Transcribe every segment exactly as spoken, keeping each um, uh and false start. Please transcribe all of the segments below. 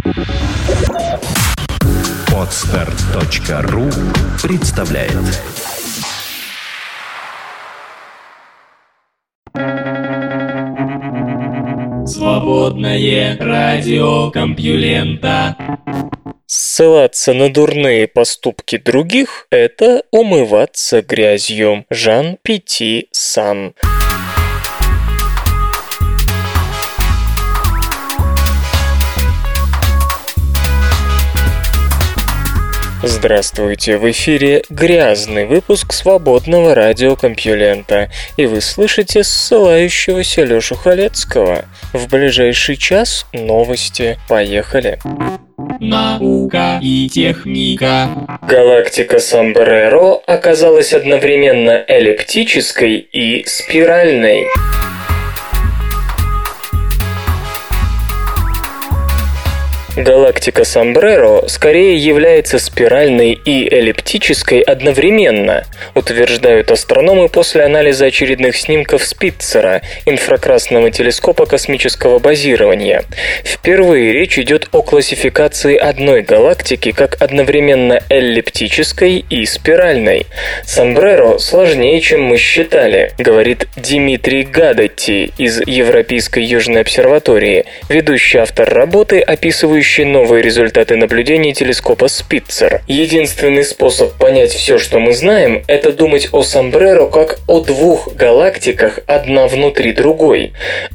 Подстар точка ру представляет. Свободное радио Компьюлента. Ссылаться на дурные поступки других – это умываться грязью. Жан Пяти Сан. Здравствуйте, в эфире грязный выпуск свободного радиокомпьюлента, и вы слышите ссылающегося Лёшу Халецкого. В ближайший час новости. Поехали. Наука и техника. Галактика Самбреро оказалась одновременно эллиптической и спиральной. Галактика Самбреро скорее является спиральной и эллиптической одновременно, утверждают астрономы после анализа очередных снимков Спитцера, инфракрасного телескопа космического базирования. Впервые речь идет о классификации одной галактики как одновременно эллиптической и спиральной. Самбреро сложнее, чем мы считали, говорит Дмитрий Гадотти из Европейской Южной обсерватории, ведущий автор работы, описывающий новые результаты наблюдений телескопа Спитцер. Единственный способ понять все, что мы знаем, это думать о Самбреро как о двух галактиках, одна внутри другой.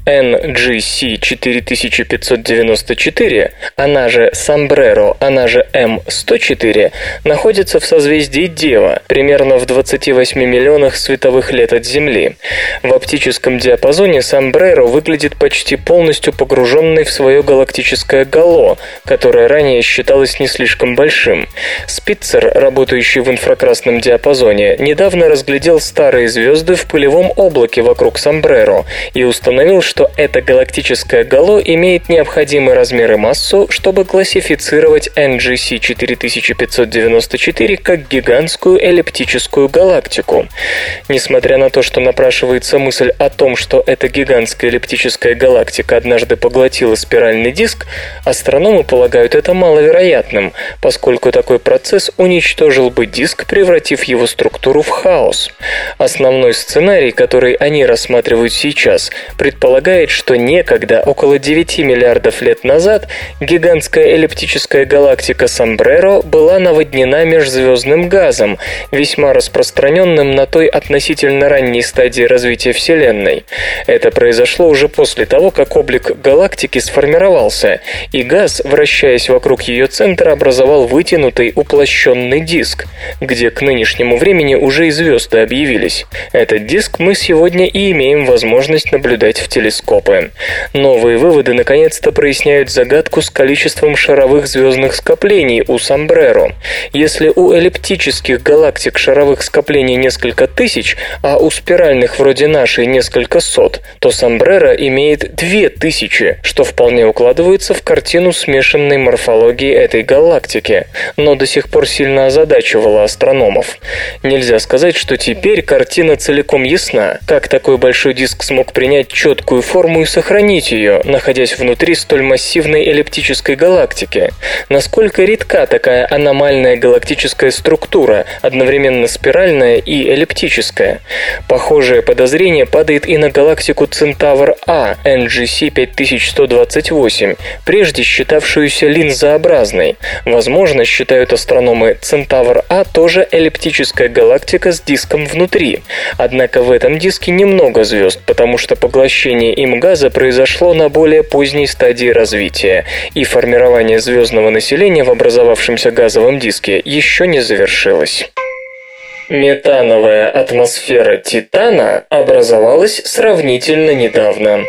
эн джи си четыре тысячи пятьсот девяносто четыре, она же Самбреро, она же эм сто четыре, находится в созвездии Дева, примерно в двадцати восьми миллионах световых лет от Земли. В оптическом диапазоне Самбреро выглядит почти полностью погруженной в свое галактическое гало, которое ранее считалось не слишком большим. Спитцер, работающий в инфракрасном диапазоне, недавно разглядел старые звезды в пылевом облаке вокруг Самбреро и установил, что это галактическое гало имеет необходимый размер и массу, чтобы классифицировать эн джи си четыре тысячи пятьсот девяносто четыре как гигантскую эллиптическую галактику. Несмотря на то, что напрашивается мысль о том, что эта гигантская эллиптическая галактика однажды поглотила спиральный диск, астрономы полагают это маловероятным, поскольку такой процесс уничтожил бы диск, превратив его структуру в хаос. Основной сценарий, который они рассматривают сейчас, предполагает, что некогда, около девяти миллиардов лет назад, гигантская эллиптическая галактика Самбреро была наводнена межзвездным газом, весьма распространенным на той относительно ранней стадии развития Вселенной. Это произошло уже после того, как облик галактики сформировался, и газ, вращаясь вокруг ее центра, образовал вытянутый уплощенный диск, где к нынешнему времени уже и звезды объявились. Этот диск мы сегодня и имеем возможность наблюдать в телескопы. Новые выводы наконец-то проясняют загадку с количеством шаровых звездных скоплений у Самбреро. Если у эллиптических галактик шаровых скоплений несколько тысяч, а у спиральных вроде нашей несколько сот, то Самбреро имеет две тысячи, что вполне укладывается в картину смешанной морфологии этой галактики, но до сих пор сильно озадачивала астрономов. Нельзя сказать, что теперь картина целиком ясна, как такой большой диск смог принять четкую форму и сохранить ее, находясь внутри столь массивной эллиптической галактики. Насколько редка такая аномальная галактическая структура, одновременно спиральная и эллиптическая. Похожее подозрение падает и на галактику Центавр-А, эн джи си пять тысяч сто двадцать восемь, прежде считавшуюся линзообразной. Возможно, считают астрономы, Центавр-А тоже эллиптическая галактика с диском внутри. Однако в этом диске немного звезд, потому что поглощение им газа произошло на более поздней стадии развития, и формирование звездного населения в образовавшемся газовом диске еще не завершилось. Метановая атмосфера Титана образовалась сравнительно недавно.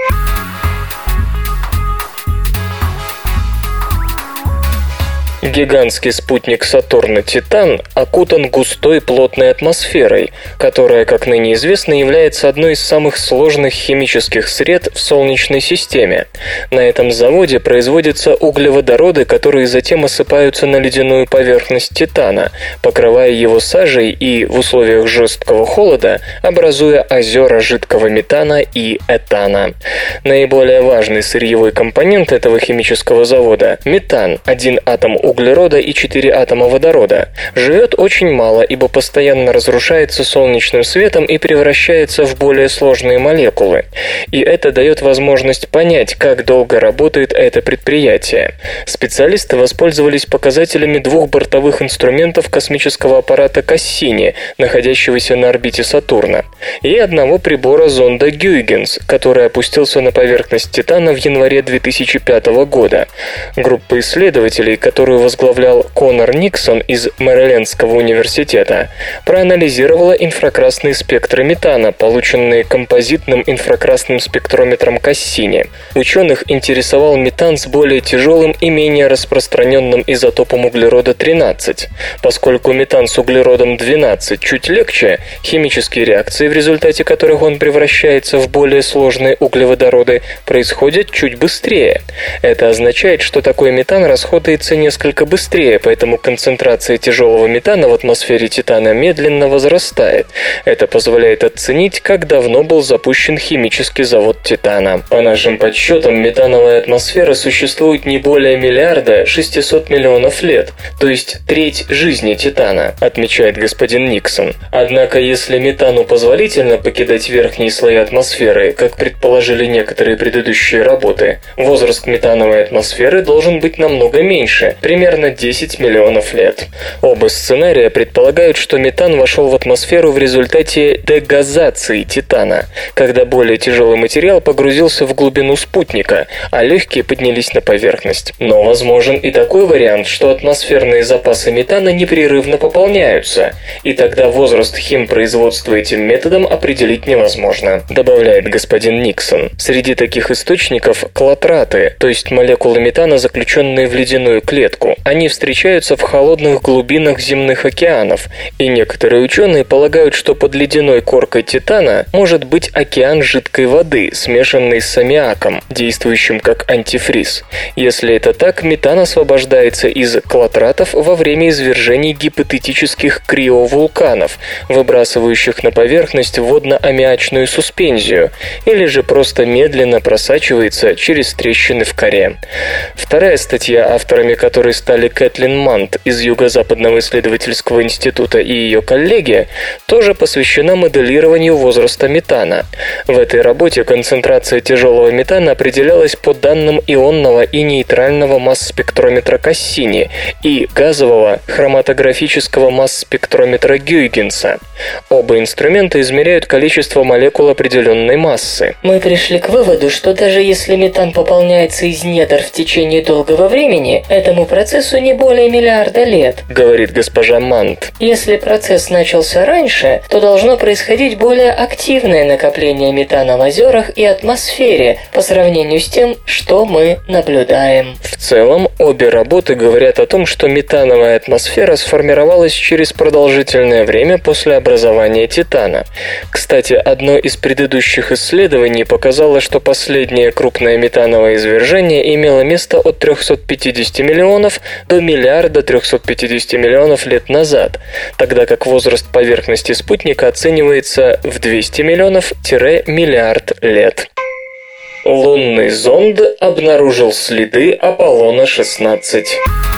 Гигантский спутник Сатурна Титан окутан густой плотной атмосферой, которая, как ныне известно, является одной из самых сложных химических сред в Солнечной системе. На этом заводе производятся углеводороды, которые затем осыпаются на ледяную поверхность Титана, покрывая его сажей и, в условиях жесткого холода, образуя озера жидкого метана и этана. Наиболее важный сырьевой компонент этого химического завода – метан, один атом углерода и четыре атома водорода. Живет очень мало, ибо постоянно разрушается солнечным светом и превращается в более сложные молекулы. И это дает возможность понять, как долго работает это предприятие. Специалисты воспользовались показателями двух бортовых инструментов космического аппарата Кассини, находящегося на орбите Сатурна, и одного прибора зонда Гюйгенс, который опустился на поверхность Титана в январе две тысячи пятого года. Группа исследователей, которую возглавлял Конор Никсон из Мэрилендского университета, проанализировала инфракрасные спектры метана, полученные композитным инфракрасным спектрометром Кассини. Ученых интересовал метан с более тяжелым и менее распространенным изотопом углерода тринадцать. Поскольку метан с углеродом двенадцать чуть легче, химические реакции, в результате которых он превращается в более сложные углеводороды, происходят чуть быстрее. Это означает, что такой метан расходуется несколько быстрее, поэтому концентрация тяжелого метана в атмосфере Титана медленно возрастает. Это позволяет оценить, как давно был запущен химический завод Титана. По нашим подсчетам, метановая атмосфера существует не более миллиарда шестисот миллионов лет, то есть треть жизни Титана, отмечает господин Никсон. Однако, если метану позволительно покидать верхние слои атмосферы, как предположили некоторые предыдущие работы, возраст метановой атмосферы должен быть намного меньше, примерно десять миллионов лет. Оба сценария предполагают, что метан вошел в атмосферу в результате дегазации Титана, когда более тяжелый материал погрузился в глубину спутника, а легкие поднялись на поверхность. Но возможен и такой вариант, что атмосферные запасы метана непрерывно пополняются, и тогда возраст химпроизводства этим методом определить невозможно, добавляет господин Никсон. Среди таких источников клотраты, то есть молекулы метана, заключенные в ледяную клетку. Они встречаются в холодных глубинах земных океанов, и некоторые ученые полагают, что под ледяной коркой Титана может быть океан жидкой воды, смешанный с аммиаком, действующим как антифриз. Если это так, метан освобождается из клотратов во время извержений гипотетических криовулканов, выбрасывающих на поверхность водно-аммиачную суспензию, или же просто медленно просачивается через трещины в коре. Вторая статья, авторами которой стали Кэтлин Мант из Юго-Западного исследовательского института и ее коллеги, тоже посвящена моделированию возраста метана. В этой работе концентрация тяжелого метана определялась по данным ионного и нейтрального масс-спектрометра Кассини и газового хроматографического масс-спектрометра Гюйгенса. Оба инструмента измеряют количество молекул определенной массы. Мы пришли к выводу, что даже если метан пополняется из недр в течение долгого времени, этому процессу не более миллиарда лет, говорит госпожа Мант. Если процесс начался раньше, то должно происходить более активное накопление метана в озерах и атмосфере по сравнению с тем, что мы наблюдаем. В целом, обе работы говорят о том, что метановая атмосфера сформировалась через продолжительное время после образования Титана. Кстати, одно из предыдущих исследований показало, что последнее крупное метановое извержение имело место от трехсот пятидесяти миллионов до миллиарда трехсот пятидесяти миллионов лет назад, тогда как возраст поверхности спутника оценивается в двести миллионов-миллиард лет. Лунный зонд обнаружил следы Аполлона шестнадцать.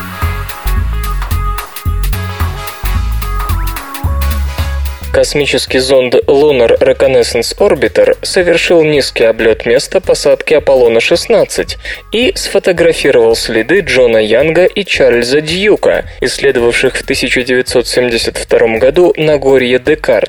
Космический зонд Lunar Reconnaissance Orbiter совершил низкий облет места посадки Аполлона шестнадцать и сфотографировал следы Джона Янга и Чарльза Дьюка, исследовавших в тысяча девятьсот семьдесят втором году Нагорье Декарта.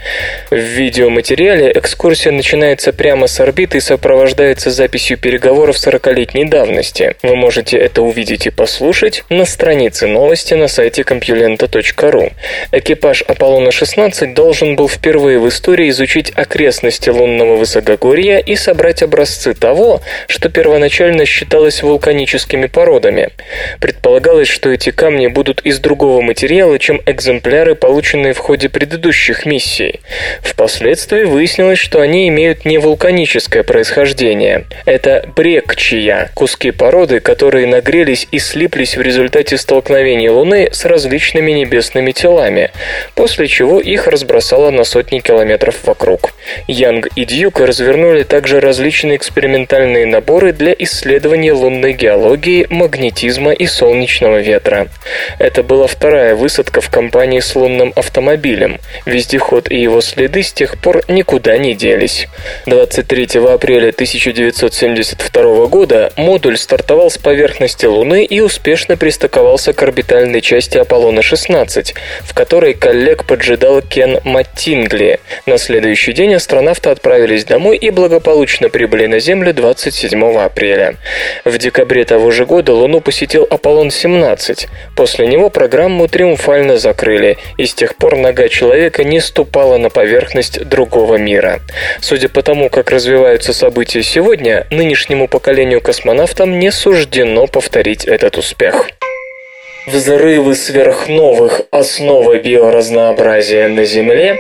В видеоматериале экскурсия начинается прямо с орбиты и сопровождается записью переговоров сорокалетней давности. Вы можете это увидеть и послушать на странице новости на сайте компьюлента точка ру. Экипаж Аполлона шестнадцать должен был впервые в истории изучить окрестности лунного высокогорья и собрать образцы того, что первоначально считалось вулканическими породами. Предполагалось, что эти камни будут из другого материала, чем экземпляры, полученные в ходе предыдущих миссий. Впоследствии выяснилось, что они имеют не вулканическое происхождение. Это брекчия, куски породы, которые нагрелись и слиплись в результате столкновения Луны с различными небесными телами, после чего их разбросало на сотни километров вокруг. Янг и Дьюк развернули также различные экспериментальные наборы для исследования лунной геологии, магнетизма и солнечного ветра. Это была вторая высадка в кампании с лунным автомобилем. Вездеход и его следы с тех пор никуда не делись. двадцать третьего апреля тысяча девятьсот семьдесят второго года модуль стартовал с поверхности Луны и успешно пристыковался к орбитальной части Аполлона шестнадцать, в которой коллег поджидал Кен Маттингли. На следующий день астронавты отправились домой и благополучно прибыли на Землю двадцать седьмого апреля. В декабре того же года Луну посетил Аполлон семнадцать. После него программу триумфально закрыли, и с тех пор нога человека не ступала на поверхность другого мира. Судя по тому, как развиваются события сегодня, нынешнему поколению космонавтам не суждено повторить этот успех. Взрывы сверхновых – основа биоразнообразия на Земле.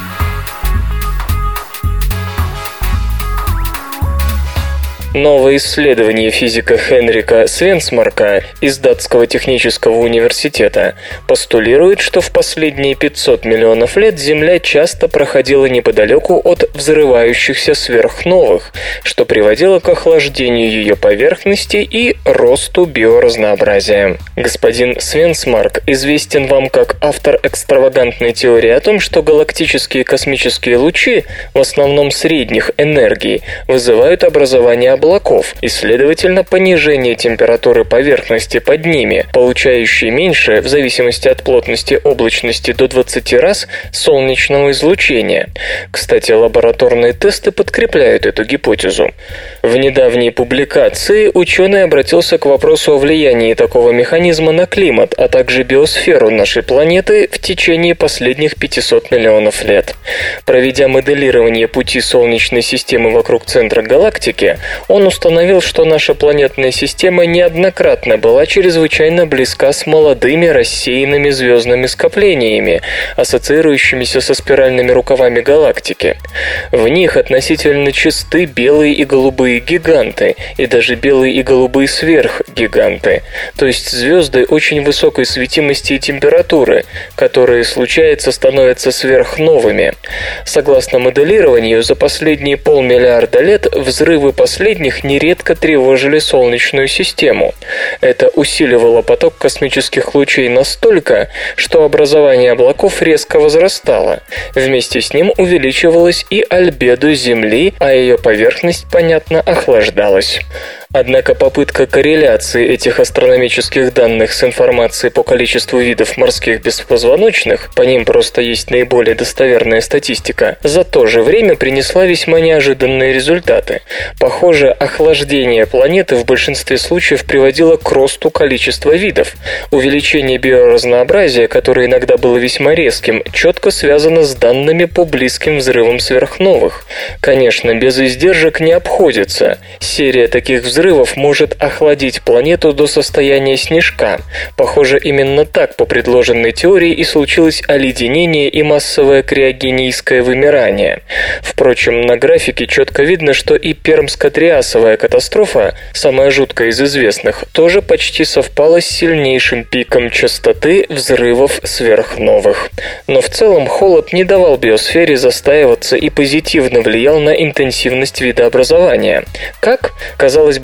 Новое исследование физика Хенрика Свенсмарка из Датского технического университета постулирует, что в последние пятьсот миллионов лет Земля часто проходила неподалеку от взрывающихся сверхновых, что приводило к охлаждению ее поверхности и росту биоразнообразия. Господин Свенсмарк известен вам как автор экстравагантной теории о том, что галактические космические лучи, в основном средних энергий, вызывают образование облаков и, следовательно, понижение температуры поверхности под ними, получающей меньше, в зависимости от плотности облачности, до двадцати раз солнечного излучения. Кстати, лабораторные тесты подкрепляют эту гипотезу. В недавней публикации ученый обратился к вопросу о влиянии такого механизма на климат, а также биосферу нашей планеты в течение последних пятисот миллионов лет. Проведя моделирование пути Солнечной системы вокруг центра галактики, он установил, что наша планетная система неоднократно была чрезвычайно близка с молодыми рассеянными звездными скоплениями, ассоциирующимися со спиральными рукавами галактики. В них относительно чисты белые и голубые гиганты, и даже белые и голубые сверхгиганты, то есть звезды очень высокой светимости и температуры, которые, случается, становятся сверхновыми. Согласно моделированию, за последние полмиллиарда лет взрывы последних нередко тревожили Солнечную систему. Это усиливало поток космических лучей настолько, что образование облаков резко возрастало. Вместе с ним увеличивалась и альбедо Земли, а ее поверхность, понятно, охлаждалась. Однако попытка корреляции этих астрономических данных с информацией по количеству видов морских беспозвоночных, по ним просто есть наиболее достоверная статистика, за то же время принесла весьма неожиданные результаты. Похоже, охлаждение планеты в большинстве случаев приводило к росту количества видов. Увеличение биоразнообразия, которое иногда было весьма резким, четко связано с данными по близким взрывам сверхновых. Конечно, без издержек не обходится. Серия таких взрывов взрывов может охладить планету до состояния снежка. Похоже, именно так по предложенной теории и случилось оледенение и массовое криогенийское вымирание. Впрочем, на графике четко видно, что и пермско-триасовая катастрофа, самая жуткая из известных, тоже почти совпала с сильнейшим пиком частоты взрывов сверхновых. Но в целом холод не давал биосфере застаиваться и позитивно влиял на интенсивность видообразования. Как? Казалось бы,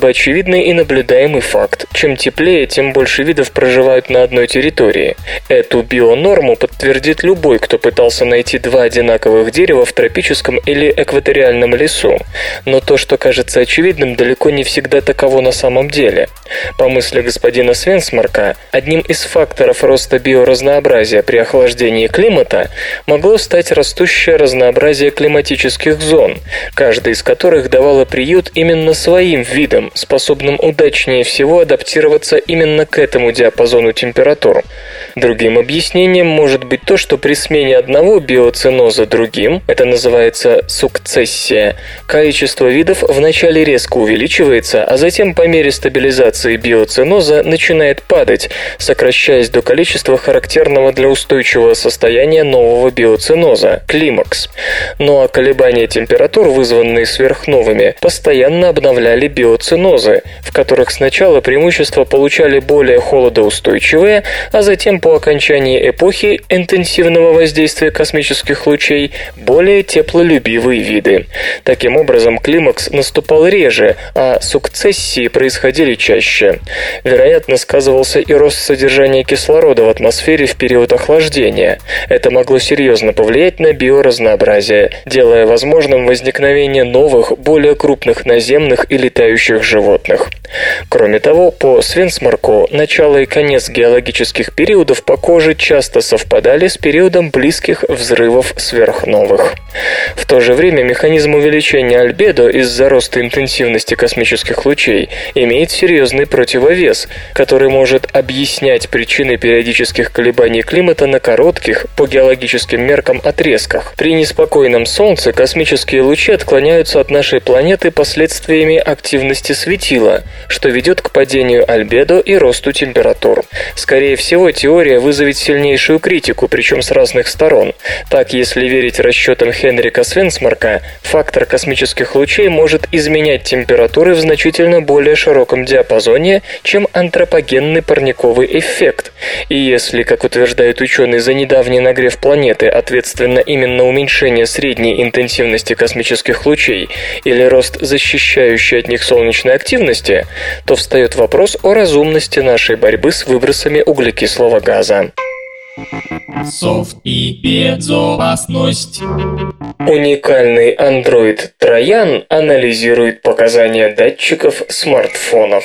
бы очевидный и наблюдаемый факт. Чем теплее, тем больше видов проживают на одной территории. Эту бионорму подтвердит любой, кто пытался найти два одинаковых дерева в тропическом или экваториальном лесу. Но то, что кажется очевидным, далеко не всегда таково на самом деле. По мысли господина Свенсмарка, одним из факторов роста биоразнообразия при охлаждении климата могло стать растущее разнообразие климатических зон, каждая из которых давала приют именно своим видам, способным удачнее всего адаптироваться именно к этому диапазону температур. Другим объяснением может быть то, что при смене одного биоценоза другим, это называется сукцессия, количество видов вначале резко увеличивается, а затем по мере стабилизации биоценоза начинает падать, сокращаясь до количества характерного для устойчивого состояния нового биоценоза – климакс. Ну а колебания температур, вызванные сверхновыми, постоянно обновляли биоценозы, в которых сначала преимущество получали более холодоустойчивые, а затем по окончании эпохи интенсивного воздействия космических лучей более теплолюбивые виды. Таким образом, климакс наступал реже, а сукцессии происходили чаще. Вероятно, сказывался и рост содержания кислорода в атмосфере в период охлаждения. Это могло серьезно повлиять на биоразнообразие, делая возможным возникновение новых, более крупных наземных и летающих животных. Кроме того, по Свенсмарку, начало и конец геологических периодов похоже часто совпадали с периодом близких взрывов сверхновых. В то же время механизм увеличения альбедо из-за роста интенсивности космических лучей имеет серьезный противовес, который может объяснять причины периодических колебаний климата на коротких, по геологическим меркам, отрезках. При неспокойном Солнце космические лучи отклоняются от нашей планеты последствиями активности светила, что ведет к падению альбедо и росту температур. Скорее всего, теория вызовет сильнейшую критику, причем с разных сторон. Так, если верить расчетам Хенрика Свенсмарка, фактор космических лучей может изменять температуры в значительно более широком диапазоне, чем антропогенный парниковый эффект. И если, как утверждают ученые, за недавний нагрев планеты ответственно именно уменьшение средней интенсивности космических лучей или рост защищающей от них солнечной активности, то встает вопрос о разумности нашей борьбы с выбросами углекислого газа. Софт и безопасность. Уникальный Android Троян анализирует показания датчиков смартфонов.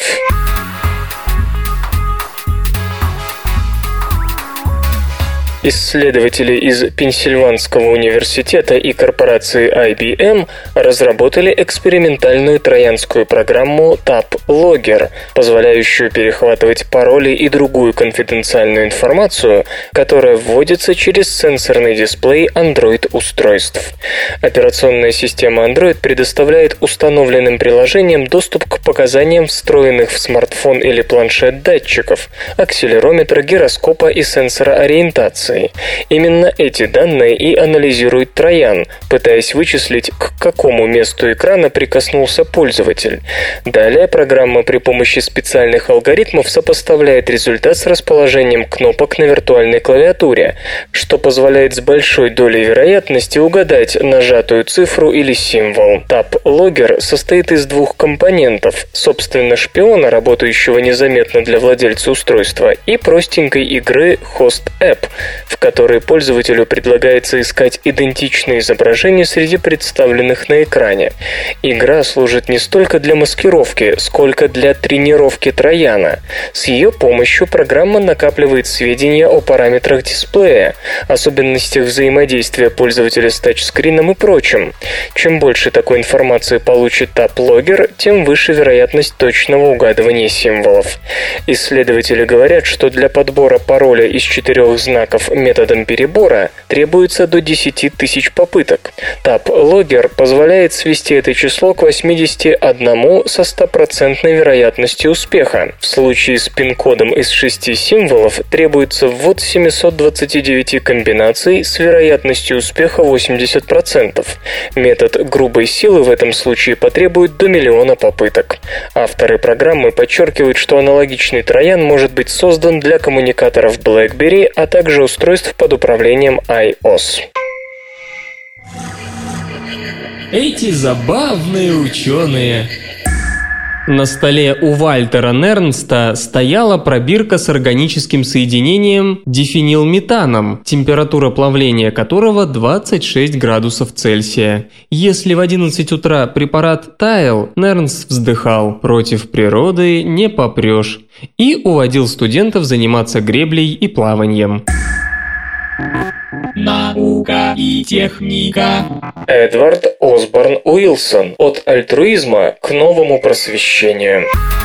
Исследователи из Пенсильванского университета и корпорации ай би эм разработали экспериментальную троянскую программу TapLogger, позволяющую перехватывать пароли и другую конфиденциальную информацию, которая вводится через сенсорный дисплей Android-устройств. Операционная система Android предоставляет установленным приложениям доступ к показаниям встроенных в смартфон или планшет датчиков, акселерометра, гироскопа и сенсора ориентации. Именно эти данные и анализирует Троян, пытаясь вычислить, к какому месту экрана прикоснулся пользователь. Далее программа при помощи специальных алгоритмов сопоставляет результат с расположением кнопок на виртуальной клавиатуре, что позволяет с большой долей вероятности угадать нажатую цифру или символ. TapLogger состоит из двух компонентов, собственно шпиона, работающего незаметно для владельца устройства, и простенькой игры Host App, в которой пользователю предлагается искать идентичные изображения среди представленных на экране. Игра служит не столько для маскировки, сколько для тренировки Трояна. С ее помощью программа накапливает сведения о параметрах дисплея, особенностях взаимодействия пользователя с тачскрином и прочем. Чем больше такой информации получит TapLogger, тем выше вероятность точного угадывания символов. Исследователи говорят, что для подбора пароля из четырех знаков методом перебора требуется до десяти тысяч попыток. TapLogger позволяет свести это число к восьмидесяти одному со стопроцентной вероятностью успеха. В случае с пин-кодом из шести символов требуется ввод семисот двадцати девяти комбинаций с вероятностью успеха восемьдесят процентов. Метод грубой силы в этом случае потребует до миллиона попыток. Авторы программы подчеркивают, что аналогичный троян может быть создан для коммуникаторов BlackBerry, а также устройств под управлением iOS. Эти забавные ученые. На столе у Вальтера Нернста стояла пробирка с органическим соединением дифенилметаном, температура плавления которого двадцать шесть градусов Цельсия. Если в одиннадцать утра препарат таял, Нернст вздыхал: «Против природы не попрешь», и уводил студентов заниматься греблей и плаванием. Наука и техника. Эдвард Осборн Уилсон. От альтруизма к новому просвещению.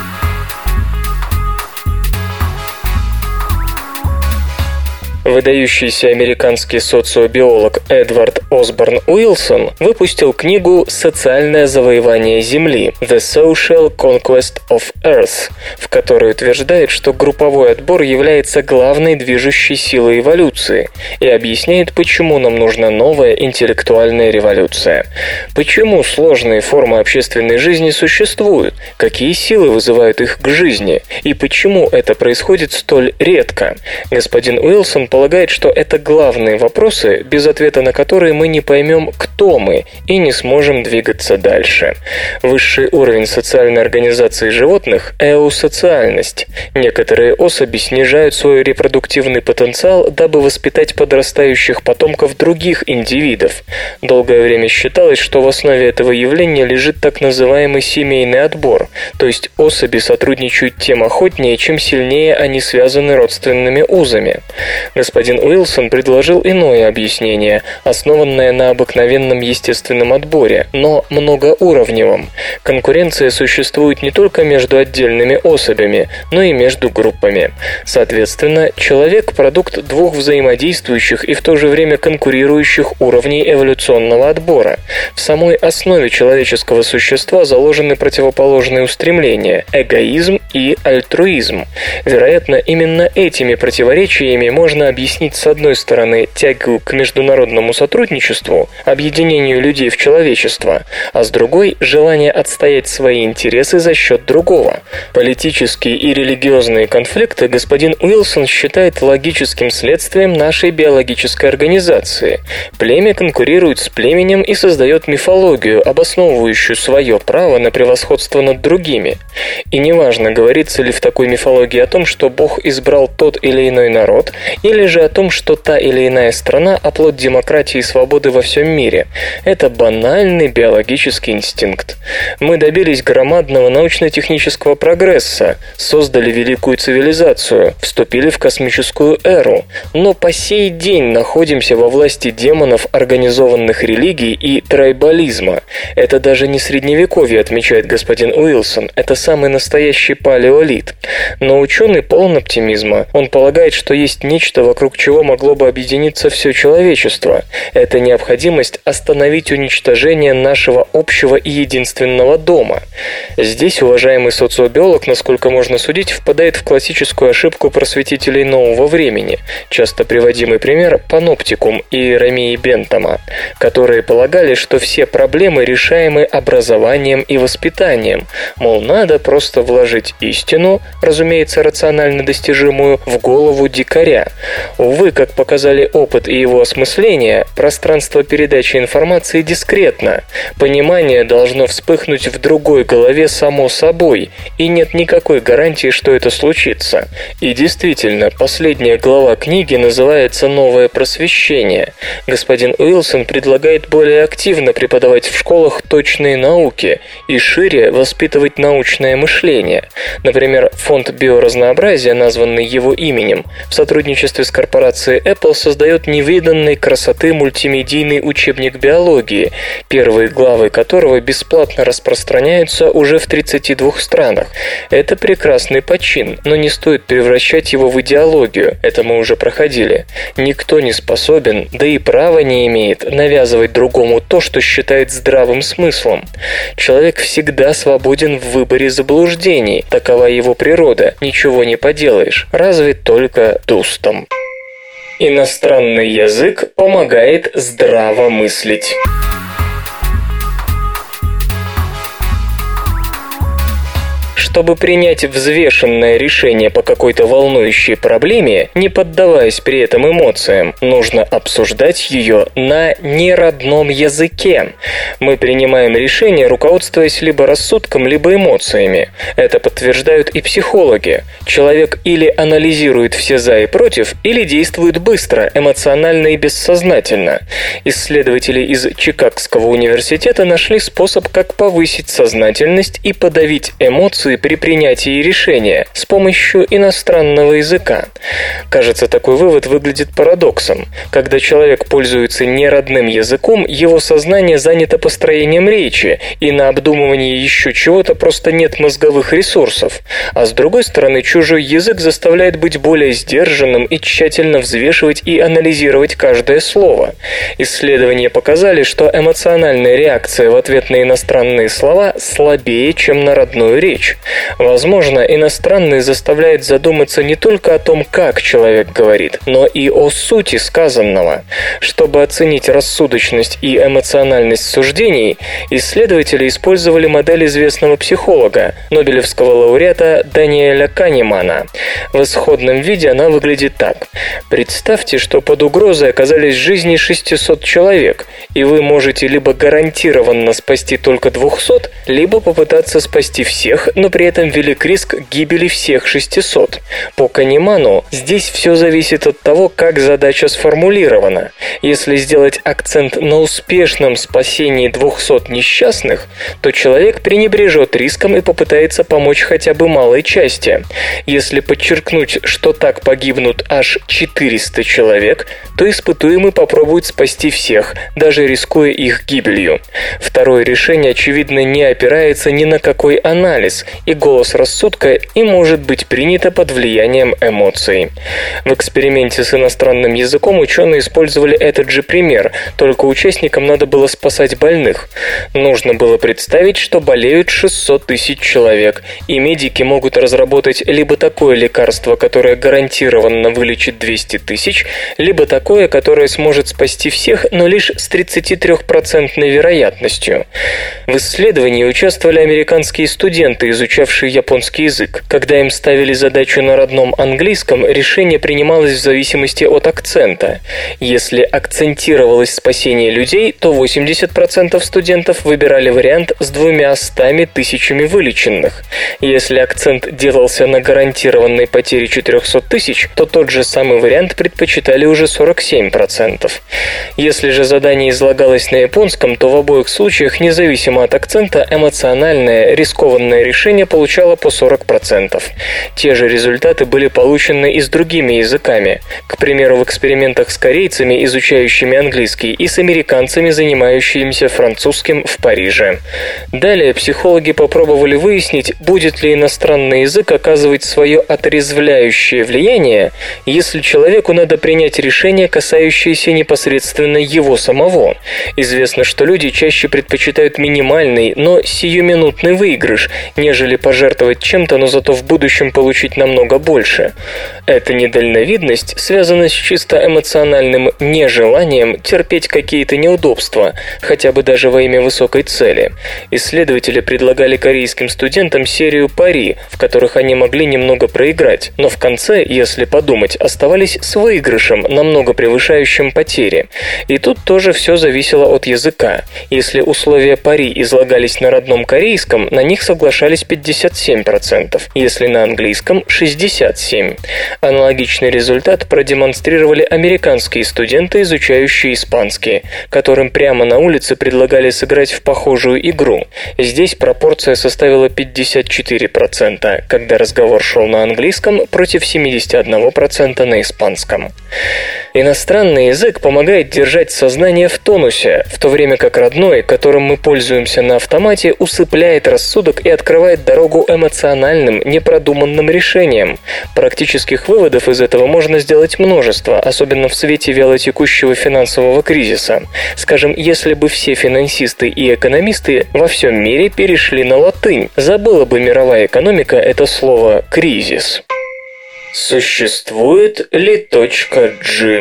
Выдающийся американский социобиолог Эдвард Осборн Уилсон выпустил книгу «Социальное завоевание Земли» (The Social Conquest of Earth), в которой утверждает, что групповой отбор является главной движущей силой эволюции, и объясняет, почему нам нужна новая интеллектуальная революция. Почему сложные формы общественной жизни существуют, какие силы вызывают их к жизни, и почему это происходит столь редко. Господин Уилсон полагает, что это главные вопросы, без ответа на которые мы не поймем, кто мы, и не сможем двигаться дальше. Высший уровень социальной организации животных – эусоциальность. Некоторые особи снижают свой репродуктивный потенциал, дабы воспитать подрастающих потомков других индивидов. Долгое время считалось, что в основе этого явления лежит так называемый семейный отбор, то есть особи сотрудничают тем охотнее, чем сильнее они связаны родственными узами. Господин Уилсон предложил иное объяснение, основанное на обыкновенном естественном отборе, но многоуровневом. Конкуренция существует не только между отдельными особями, но и между группами. Соответственно, человек – продукт двух взаимодействующих и в то же время конкурирующих уровней эволюционного отбора. В самой основе человеческого существа заложены противоположные устремления – эгоизм и альтруизм. Вероятно, именно этими противоречиями можно объяснить, с одной стороны, тягу к международному сотрудничеству, объединению людей в человечество, а с другой – желание отстоять свои интересы за счет другого. Политические и религиозные конфликты господин Уилсон считает логическим следствием нашей биологической организации. Племя конкурирует с племенем и создает мифологию, обосновывающую свое право на превосходство над другими. И неважно, говорится ли в такой мифологии о том, что Бог избрал тот или иной народ, или же о том, что та или иная страна – оплот демократии и свободы во всем мире. Это банальный биологический инстинкт. Мы добились громадного научно-технического прогресса, создали великую цивилизацию, вступили в космическую эру, но по сей день находимся во власти демонов организованных религий и трайбализма. Это даже не средневековье, отмечает господин Уилсон, это самый настоящий палеолит. Но ученый полон оптимизма. Он полагает, что есть нечто, вокруг чего могло бы объединиться все человечество. Это необходимость остановить уничтожение нашего общего и единственного дома. Здесь уважаемый социобиолог, насколько можно судить, впадает в классическую ошибку просветителей нового времени, часто приводимый пример паноптикум и Ромеи Бентама, которые полагали, что все проблемы решаемы образованием и воспитанием, мол, надо просто вложить истину, разумеется, рационально достижимую, в голову дикаря. Увы, как показали опыт и его осмысление, пространство передачи информации дискретно. Понимание должно вспыхнуть в другой голове само собой, и нет никакой гарантии, что это случится. И действительно, последняя глава книги называется «Новое просвещение». Господин Уилсон предлагает более активно преподавать в школах точные науки и шире воспитывать научное мышление. Например, фонд биоразнообразия, названный его именем, в сотрудничестве с корпорацией Apple создает невиданной красоты мультимедийный учебник биологии, первые главы которого бесплатно распространяются уже в тридцати двух странах. Это прекрасный почин, но не стоит превращать его в идеологию, это мы уже проходили. Никто не способен, да и права не имеет, навязывать другому то, что считает здравым смыслом. Человек всегда свободен в выборе заблуждений, такова его природа, ничего не поделаешь, разве только дустом. Иностранный язык помогает здраво мыслить. Чтобы принять взвешенное решение по какой-то волнующей проблеме, не поддаваясь при этом эмоциям, нужно обсуждать ее на неродном языке. Мы принимаем решение, руководствуясь либо рассудком, либо эмоциями. Это подтверждают и психологи. Человек или анализирует все «за» и «против», или действует быстро, эмоционально и бессознательно. Исследователи из Чикагского университета нашли способ, как повысить сознательность и подавить эмоции при принятии решения с помощью иностранного языка. Кажется, такой вывод выглядит парадоксом. Когда человек пользуется неродным языком, его сознание занято построением речи, и на обдумывание еще чего-то просто нет мозговых ресурсов. А с другой стороны, чужой язык заставляет быть более сдержанным и тщательно взвешивать и анализировать каждое слово. Исследования показали, что эмоциональная реакция в ответ на иностранные слова слабее, чем на родную речь. Возможно, иностранный заставляет задуматься не только о том, как человек говорит, но и о сути сказанного. Чтобы оценить рассудочность и эмоциональность суждений, исследователи использовали модель известного психолога, нобелевского лауреата Даниэля Канемана. В исходном виде она выглядит так. Представьте, что под угрозой оказались жизни шестисот человек, и вы можете либо гарантированно спасти только двухсот, либо попытаться спасти всех, но при этом велик риск гибели всех шестисот. По Канеману здесь все зависит от того, как задача сформулирована. Если сделать акцент на успешном спасении двухсот несчастных, то человек пренебрежет риском и попытается помочь хотя бы малой части. Если подчеркнуть, что так погибнут аж четыреста человек, то испытуемый попробует спасти всех, даже рискуя их гибелью. Второе решение, очевидно, не опирается ни на какой анализ, и голос рассудка и может быть принято под влиянием эмоций. В эксперименте с иностранным языком ученые использовали этот же пример, только участникам надо было спасать больных. Нужно было представить, что болеют шестьсот тысяч человек, и медики могут разработать либо такое лекарство, которое гарантированно вылечит двести тысяч, либо такое, которое сможет спасти всех, но лишь с тридцатитрёхпроцентной вероятностью. В исследовании участвовали американские студенты, изучавшие японский язык. Когда им ставили задачу на родном английском, решение принималось в зависимости от акцента. Если акцентировалось спасение людей, то восемьдесят процентов студентов выбирали вариант с двумястами тысячами вылеченных. Если акцент делался на гарантированной потере четырехсот тысяч, то тот же самый вариант предпочитали уже сорок семь процентов. Если же задание излагалось на японском, то в обоих случаях, независимо от акцента, эмоциональное, рискованное решение получало по сорок процентов. Те же результаты были получены и с другими языками. К примеру, в экспериментах с корейцами, изучающими английский, и с американцами, занимающимися французским в Париже. Далее психологи попробовали выяснить, будет ли иностранный язык оказывать свое отрезвляющее влияние, если человеку надо принять решение, касающееся непосредственно его самого. Известно, что люди чаще предпочитают минимальный, но сиюминутный выигрыш, нежели пожертвовать чем-то, но зато в будущем получить намного больше. Эта недальновидность связана с чисто эмоциональным нежеланием терпеть какие-то неудобства, хотя бы даже во имя высокой цели. Исследователи предлагали корейским студентам серию пари, в которых они могли немного проиграть, но в конце, если подумать, оставались с выигрышем, намного превышающим потери. И тут тоже все зависело от языка. Если условия пари излагались на родном корейском, на них соглашались пятьдесят семь процентов, если на английском – шестьдесят семь процентов. Аналогичный результат продемонстрировали американские студенты, изучающие испанский, которым прямо на улице предлагали сыграть в похожую игру. Здесь пропорция составила пятьдесят четыре процента, когда разговор шел на английском, против семьдесят один процент на испанском. Иностранный язык помогает держать сознание в тонусе, в то время как родной, которым мы пользуемся на автомате, усыпляет рассудок и открывает дорогу эмоциональным, непродуманным решениям. Практических выводов из этого можно сделать множество, особенно в свете вялотекущего финансового кризиса. Скажем, если бы все финансисты и экономисты во всем мире перешли на латынь, забыла бы мировая экономика это слово «кризис». Существует ли точка G?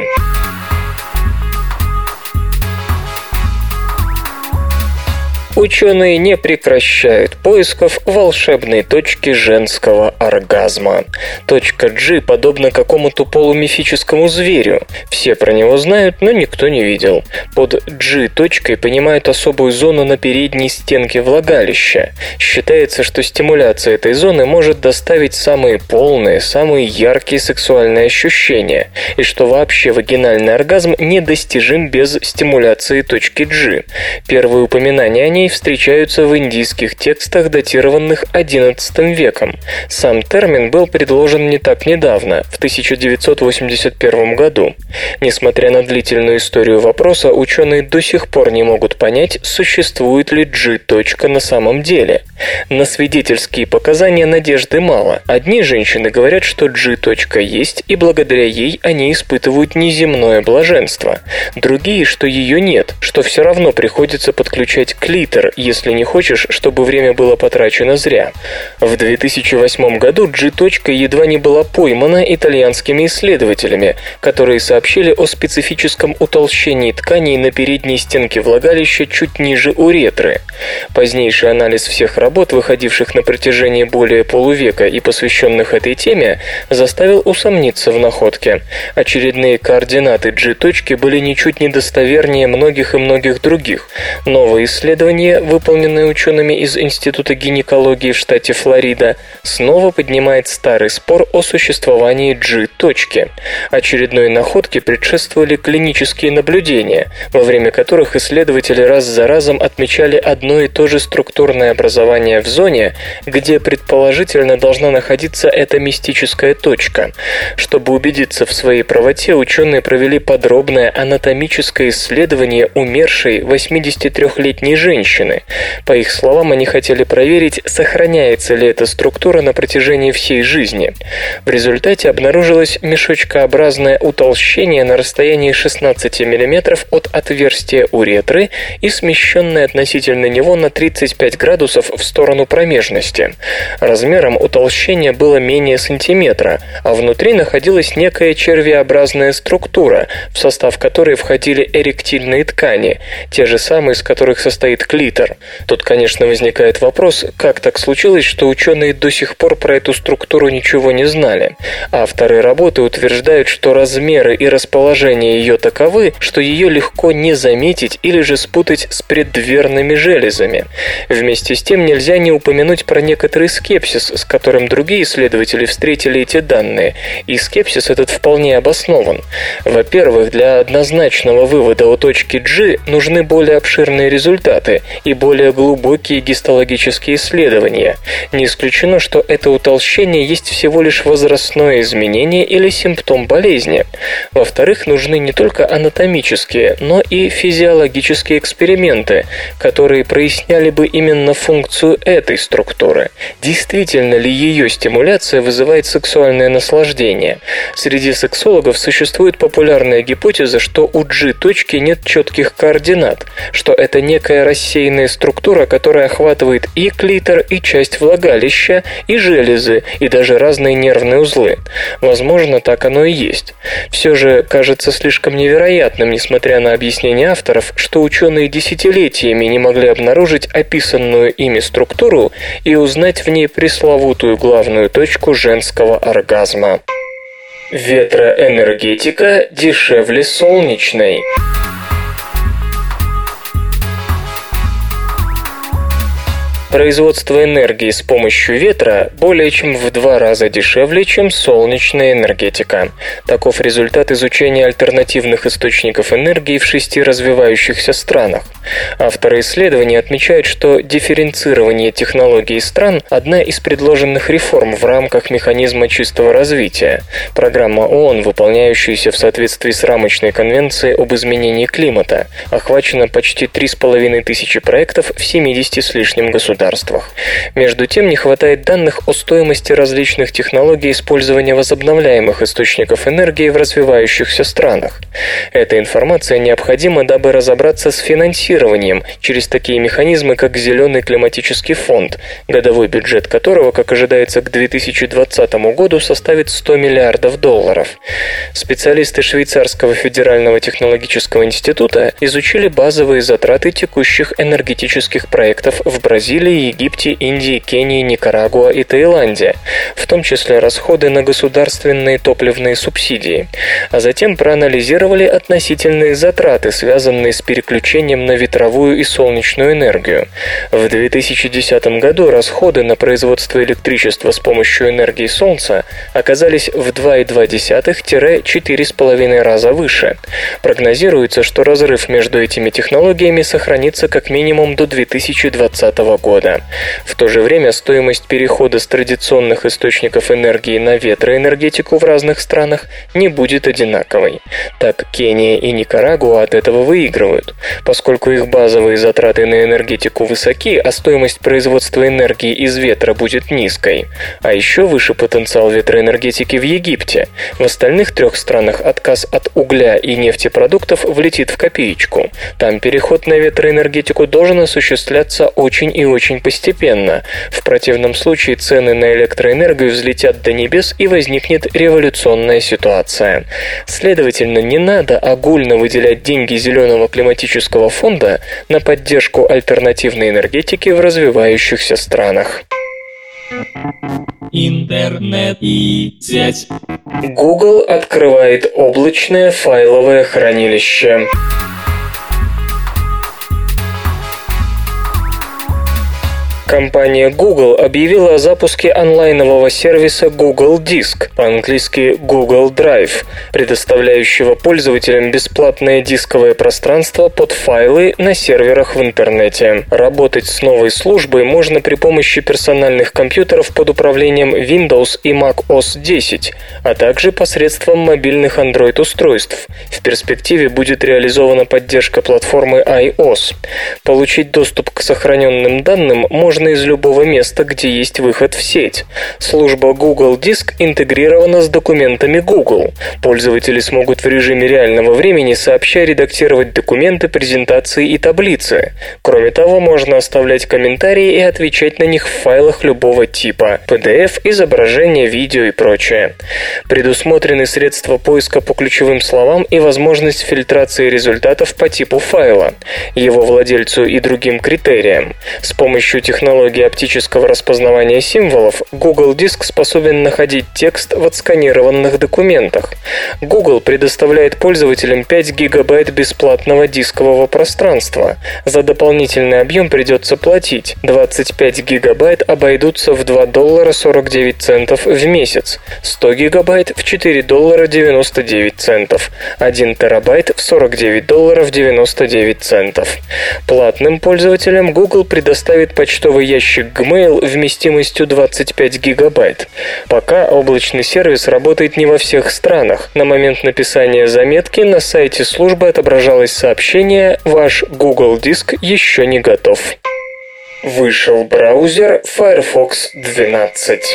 ученые не прекращают поисков волшебной точки женского оргазма. Точка G подобна какому-то полумифическому зверю. Все про него знают, но никто не видел. Под G-точкой понимают особую зону на передней стенке влагалища. Считается, что стимуляция этой зоны может доставить самые полные, самые яркие сексуальные ощущения, и что вообще вагинальный оргазм недостижим без стимуляции точки G. Первые упоминания о ней встречаются в индийских текстах, датированных одиннадцатым веком. Сам термин был предложен не так недавно, в тысяча девятьсот восемьдесят первом году. Несмотря на длительную историю вопроса, ученые до сих пор не могут понять, существует ли G-точка на самом деле. На свидетельские показания надежды мало. Одни женщины говорят, что G-точка есть, и благодаря ей они испытывают неземное блаженство. Другие, что ее нет, что все равно приходится подключать клитор, если не хочешь, чтобы время было потрачено зря. В две тысячи восьмом году G-точка едва не была поймана итальянскими исследователями, которые сообщили о специфическом утолщении тканей на передней стенке влагалища чуть ниже уретры. Позднейший анализ всех работ, выходивших на протяжении более полувека и посвященных этой теме, заставил усомниться в находке. Очередные координаты G-точки были ничуть не достовернее многих и многих других. Новое исследование, выполненное учеными из Института гинекологии в штате Флорида, снова поднимает старый спор о существовании G-точки. Очередной находке предшествовали клинические наблюдения, во время которых исследователи раз за разом отмечали одно и то же структурное образование в зоне, где предположительно должна находиться эта мистическая точка. Чтобы убедиться в своей правоте, ученые провели подробное анатомическое исследование умершей восьмидесятитрёхлетней женщины. По их словам, они хотели проверить, сохраняется ли эта структура на протяжении всей жизни. В результате обнаружилось мешочкообразное утолщение на расстоянии шестнадцати миллиметров от отверстия уретры и смещенное относительно него на тридцать пять градусов в сторону промежности. Размером утолщение было менее сантиметра, а внутри находилась некая червеобразная структура, в состав которой входили эректильные ткани, те же самые, из которых состоит клитор. Тут, конечно, возникает вопрос, как так случилось, что ученые до сих пор про эту структуру ничего не знали. Авторы работы утверждают, что размеры и расположение ее таковы, что ее легко не заметить или же спутать с преддверными железами. Вместе с тем нельзя не упомянуть про некоторый скепсис, с которым другие исследователи встретили эти данные, и скепсис этот вполне обоснован. Во-первых, для однозначного вывода о точке G нужны более обширные результаты и более глубокие гистологические исследования. Не исключено, что это утолщение есть всего лишь возрастное изменение или симптом болезни. Во-вторых, нужны не только анатомические, но и физиологические эксперименты, которые проясняли бы именно функцию этой структуры. Действительно ли ее стимуляция вызывает сексуальное наслаждение? Среди сексологов существует популярная гипотеза, что у G-точки нет четких координат, что это некая рассеянная структура, которая охватывает и клитор, и часть влагалища, и железы, и даже разные нервные узлы. Возможно, так оно и есть. Все же кажется слишком невероятным, несмотря на объяснение авторов, что ученые десятилетиями не могли обнаружить описанную ими структуру и узнать в ней пресловутую главную точку женского оргазма. Ветроэнергетика дешевле солнечной. Производство энергии с помощью ветра более чем в два раза дешевле, чем солнечная энергетика. Таков результат изучения альтернативных источников энергии в шести развивающихся странах. Авторы исследования отмечают, что дифференцирование технологий стран – одна из предложенных реформ в рамках механизма чистого развития. Программа ООН, выполняющаяся в соответствии с рамочной конвенцией об изменении климата, охвачена почти три с половиной тысячи проектов в семидесяти с лишним государствах. государствах. Между тем, не хватает данных о стоимости различных технологий использования возобновляемых источников энергии в развивающихся странах. Эта информация необходима, дабы разобраться с финансированием через такие механизмы, как Зеленый климатический фонд, годовой бюджет которого, как ожидается, к две тысячи двадцатому году составит сто миллиардов долларов. Специалисты Швейцарского федерального технологического института изучили базовые затраты текущих энергетических проектов в Бразилии, Египте, Индии, Кении, Никарагуа и Таиланде, в том числе расходы на государственные топливные субсидии, а затем проанализировали относительные затраты, связанные с переключением на ветровую и солнечную энергию. В две тысячи десятом году расходы на производство электричества с помощью энергии солнца оказались в два целых две десятых - четыре с половиной раза выше. Прогнозируется, что разрыв между этими технологиями сохранится как минимум до две тысячи двадцатого года. В то же время стоимость перехода с традиционных источников энергии на ветроэнергетику в разных странах не будет одинаковой. Так, Кения и Никарагуа от этого выигрывают, поскольку их базовые затраты на энергетику высоки, а стоимость производства энергии из ветра будет низкой. А еще выше потенциал ветроэнергетики в Египте. В остальных трех странах отказ от угля и нефтепродуктов влетит в копеечку. Там переход на ветроэнергетику должен осуществляться очень и очень постепенно. В противном случае цены на электроэнергию взлетят до небес и возникнет революционная ситуация. Следовательно, не надо огульно выделять деньги Зеленого климатического фонда на поддержку альтернативной энергетики в развивающихся странах. Интернет и сеть. Google открывает облачное файловое хранилище. Компания Google объявила о запуске онлайнового сервиса Google Диск, по-английски Google Drive, предоставляющего пользователям бесплатное дисковое пространство под файлы на серверах в интернете. Работать с новой службой можно при помощи персональных компьютеров под управлением Windows и Mac о эс десять, а также посредством мобильных Android-устройств. В перспективе будет реализована поддержка платформы iOS. Получить доступ к сохраненным данным можно Можно из любого места, где есть выход в сеть. Служба Google Диск интегрирована с документами Google. Пользователи смогут в режиме реального времени сообща редактировать документы, презентации и таблицы. Кроме того, можно оставлять комментарии и отвечать на них в файлах любого типа – пи ди эф, изображения, видео и прочее. Предусмотрены средства поиска по ключевым словам и возможность фильтрации результатов по типу файла, его владельцу и другим критериям. С помощью технологии технологии оптического распознавания символов Google Диск способен находить текст в отсканированных документах. Google предоставляет пользователям пять гигабайт бесплатного дискового пространства. За дополнительный объем придется платить. двадцать пять гигабайт обойдутся в два доллара сорок девять центов в месяц, сто гигабайт в четыре доллара девяносто девять центов, один терабайт в сорок девять долларов девяносто девять центов. Платным пользователям Google предоставит почтовый ящик Gmail вместимостью двадцать пять гигабайт. Пока облачный сервис работает не во всех странах. На момент написания заметки на сайте службы отображалось сообщение «Ваш Google Диск еще не готов». Вышел браузер Firefox двенадцать.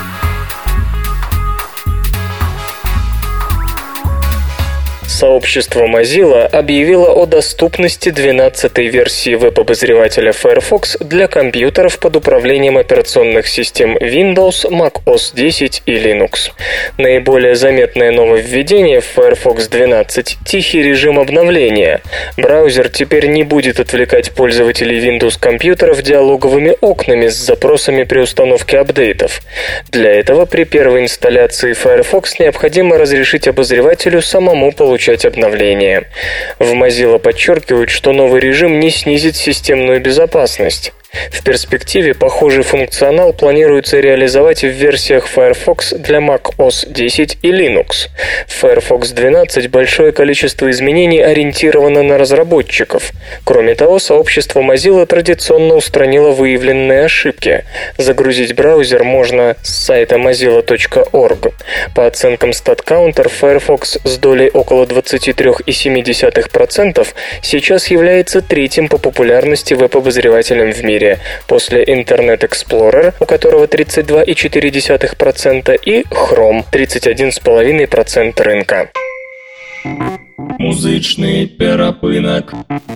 Сообщество Mozilla объявило о доступности двенадцатой версии веб-обозревателя Firefox для компьютеров под управлением операционных систем Windows, Mac о эс десять и Linux. Наиболее заметное нововведение в Firefox двенадцать – тихий режим обновления. Браузер теперь не будет отвлекать пользователей Windows-компьютеров диалоговыми окнами с запросами при установке апдейтов. Для этого при первой инсталляции Firefox необходимо разрешить обозревателю самому получать обновления. В Mozilla подчеркивают, что новый режим не снизит системную безопасность. В перспективе похожий функционал планируется реализовать в версиях Firefox для Mac о эс десять и Linux. В Firefox двенадцать большое количество изменений ориентировано на разработчиков. Кроме того, сообщество Mozilla традиционно устранило выявленные ошибки. Загрузить браузер можно с сайта mozilla точка орг. По оценкам StatCounter, Firefox с долей около двадцать три целых семь десятых процента сейчас является третьим по популярности веб-обозревателем в мире. мире, после Internet Explorer, у которого тридцать два целых четыре десятых процента, и Chrome, тридцать один целых пять десятых процента рынка. Музычный перапынок.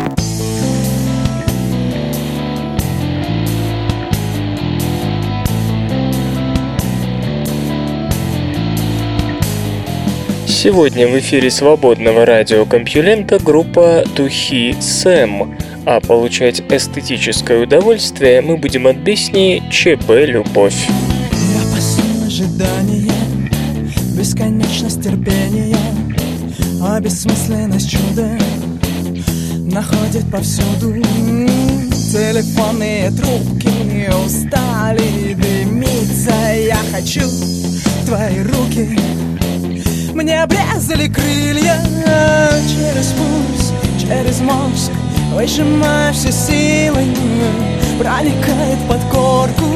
Сегодня в эфире свободного радиокомпьюлента группа «Духи Сэм», а получать эстетическое удовольствие мы будем от песни ЧП «Любовь». Я пасу ожидание, бесконечность терпения, а бессмысленность чуда находит повсюду. Телефонные трубки устали дымиться. Я хочу твои руки, мне обрезали крылья. Через пульс, через мозг, выжимая все силы, проникает под корку.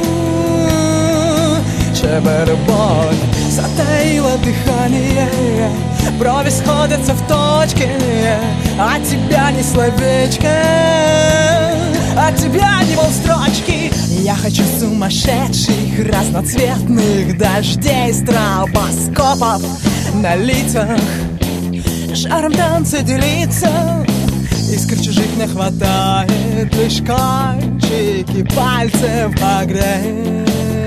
ЧП любовь затаила дыхание, брови сходятся в точке, от тебя ни словечко, от тебя ни полстрочки. Я хочу сумасшедших разноцветных дождей, стробоскопов на лицах, жаром танца делиться. Искр чужих не хватает, лишь кончики пальцев погреть.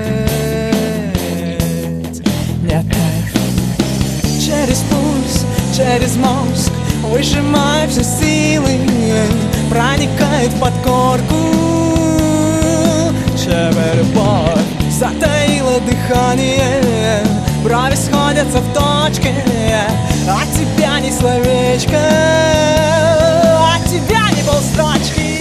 Нет, через пульс, через мозг, выжимая все силы, проникает под корку. ЧП любовь затаила дыхание, брови сходятся в точке, от тебя ни словечко, от тебя ни полстрочки.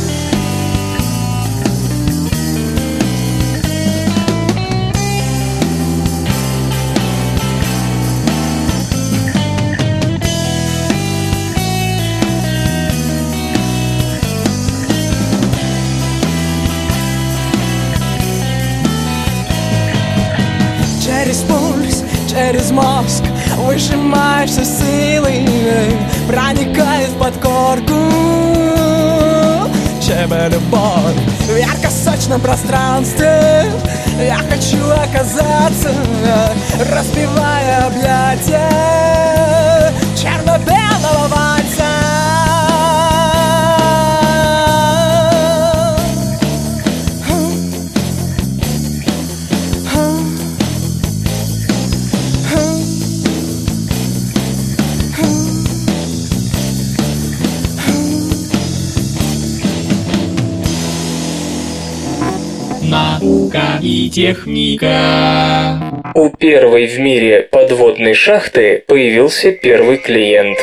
Через пульс, через мозг, выжимаешь все силы, проникает под корку. ЧП любовь в ярко-сочном пространстве. Я хочу оказаться, разбивая объятия черно-белого вальса. Наука и техника. У первой в мире подводной шахты появился первый клиент.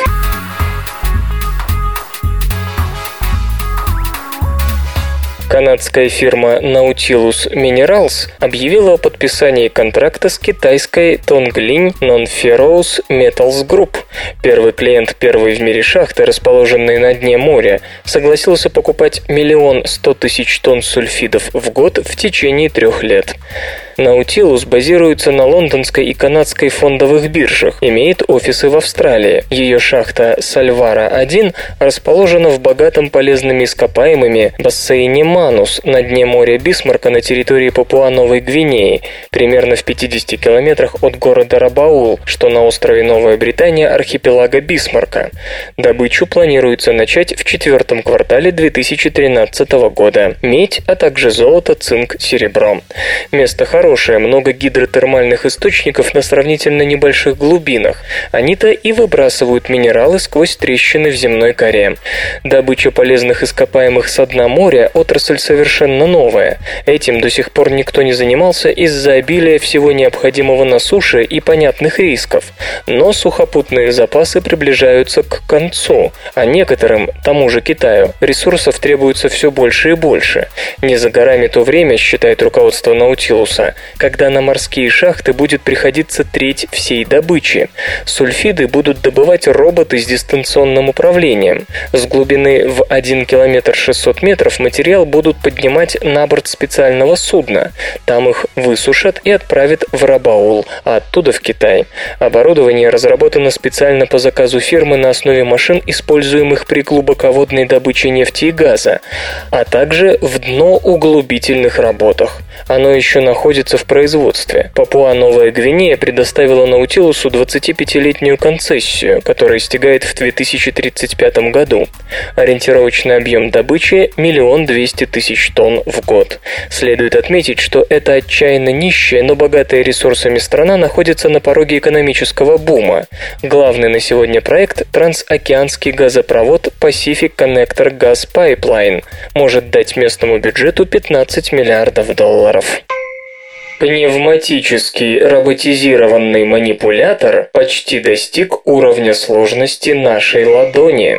Канадская фирма Nautilus Minerals объявила о подписании контракта с китайской Tongling Non-Ferrous Metals Group. Первый клиент первой в мире шахты, расположенной на дне моря, согласился покупать миллион сто тысяч тонн сульфидов в год в течение трех лет. Nautilus базируется на лондонской и канадской фондовых биржах, имеет офисы в Австралии. Ее шахта Сальвара один расположена в богатом полезными ископаемыми бассейне Манус на дне моря Бисмарка на территории Папуа-Новой Гвинеи, примерно в пятидесяти километрах от города Рабаул, что на острове Новая Британия архипелага Бисмарка. Добычу планируется начать в четвертом квартале две тысячи тринадцатого года. Медь, а также золото, цинк, серебро. Место хорошее, много гидротермальных источников на сравнительно небольших глубинах. Они-то и выбрасывают минералы сквозь трещины в земной коре. Добыча полезных ископаемых со дна моря – отрасль совершенно новая. Этим до сих пор никто не занимался из-за обилия всего необходимого на суше и понятных рисков. Но сухопутные запасы приближаются к концу, а некоторым, тому же Китаю, ресурсов требуется все больше и больше. Не за горами то время, считает руководство Наутилуса, тогда, когда на морские шахты будет приходиться треть всей добычи. Сульфиды будут добывать роботы с дистанционным управлением. С глубины в один километр шестьсот метров материал будут поднимать на борт специального судна. Там их высушат и отправят в Рабаул, а оттуда в Китай. Оборудование разработано специально по заказу фирмы на основе машин, используемых при глубоководной добыче нефти и газа, а также в дноуглубительных работах. Оно еще находится в производстве. Папуа-Новая Гвинея предоставила Наутилусу двадцатипятилетнюю концессию, которая истекает в две тысячи тридцать пятом году. Ориентировочный объем добычи – миллион двести тысяч тонн в год. Следует отметить, что эта отчаянно нищая, но богатая ресурсами страна находится на пороге экономического бума. Главный на сегодня проект – трансокеанский газопровод Pacific Connector Gas Pipeline может дать местному бюджету пятнадцать миллиардов долларов. Пневматический роботизированный манипулятор почти достиг уровня сложности нашей ладони.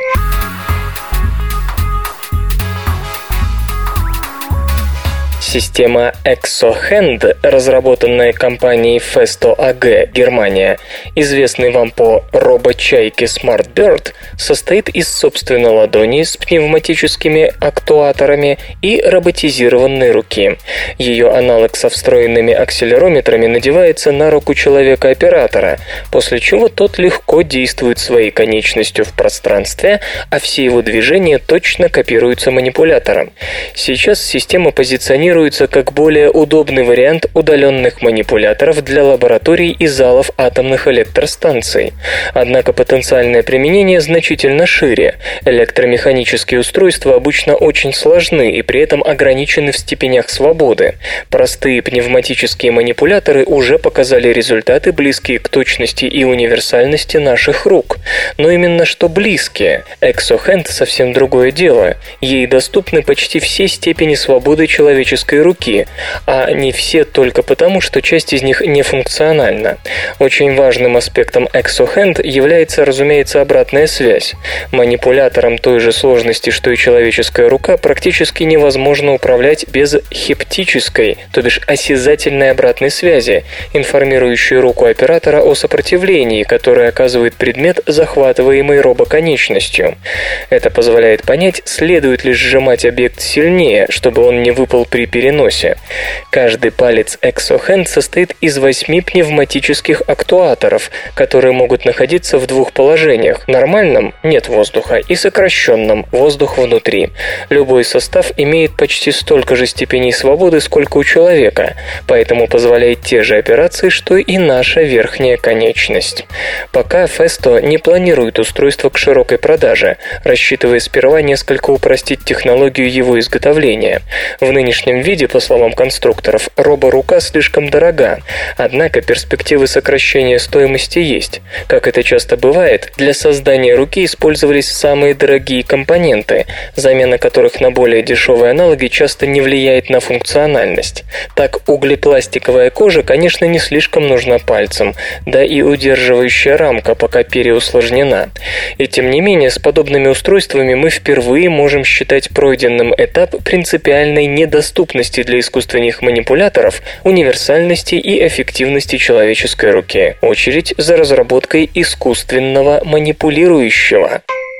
Система ExoHand, разработанная компанией Festo эй джи, Германия, известный вам по робочайке SmartBird, состоит из собственной ладони с пневматическими актуаторами и роботизированной руки. Ее аналог со встроенными акселерометрами надевается на руку человека-оператора, после чего тот легко действует своей конечностью в пространстве, а все его движения точно копируются манипулятором. Сейчас система позиционирует как более удобный вариант удаленных манипуляторов для лабораторий и залов атомных электростанций. Однако потенциальное применение значительно шире. Электромеханические устройства обычно очень сложны и при этом ограничены в степенях свободы. Простые пневматические манипуляторы уже показали результаты, близкие к точности и универсальности наших рук. Но именно что близкие. ExoHand совсем другое дело. Ей доступны почти все степени свободы человеческой руки, а не все только потому, что часть из них не функциональна. Очень важным аспектом ExoHand является, разумеется, обратная связь. Манипулятором той же сложности, что и человеческая рука, практически невозможно управлять без хептической, то бишь осязательной обратной связи, информирующей руку оператора о сопротивлении, которое оказывает предмет, захватываемый робоконечностью. Это позволяет понять, следует ли сжимать объект сильнее, чтобы он не выпал при переносе. Каждый палец ExoHand состоит из восьми пневматических актуаторов, которые могут находиться в двух положениях: нормальном – нет воздуха, и сокращенном – воздух внутри. Любой состав имеет почти столько же степеней свободы, сколько у человека, поэтому позволяет те же операции, что и наша верхняя конечность. Пока Festo не планирует устройство к широкой продаже, рассчитывая сперва несколько упростить технологию его изготовления. В нынешнем виде, по словам конструкторов, роборука слишком дорога, однако перспективы сокращения стоимости есть. Как это часто бывает, для создания руки использовались самые дорогие компоненты, замена которых на более дешевые аналоги часто не влияет на функциональность. Так, углепластиковая кожа, конечно, не слишком нужна пальцам, да и удерживающая рамка пока переусложнена. И тем не менее, с подобными устройствами мы впервые можем считать пройденным этап принципиальной недоступности для искусственных манипуляторов, универсальности и эффективности человеческой руки. Очередь за разработкой искусственного манипулирующего.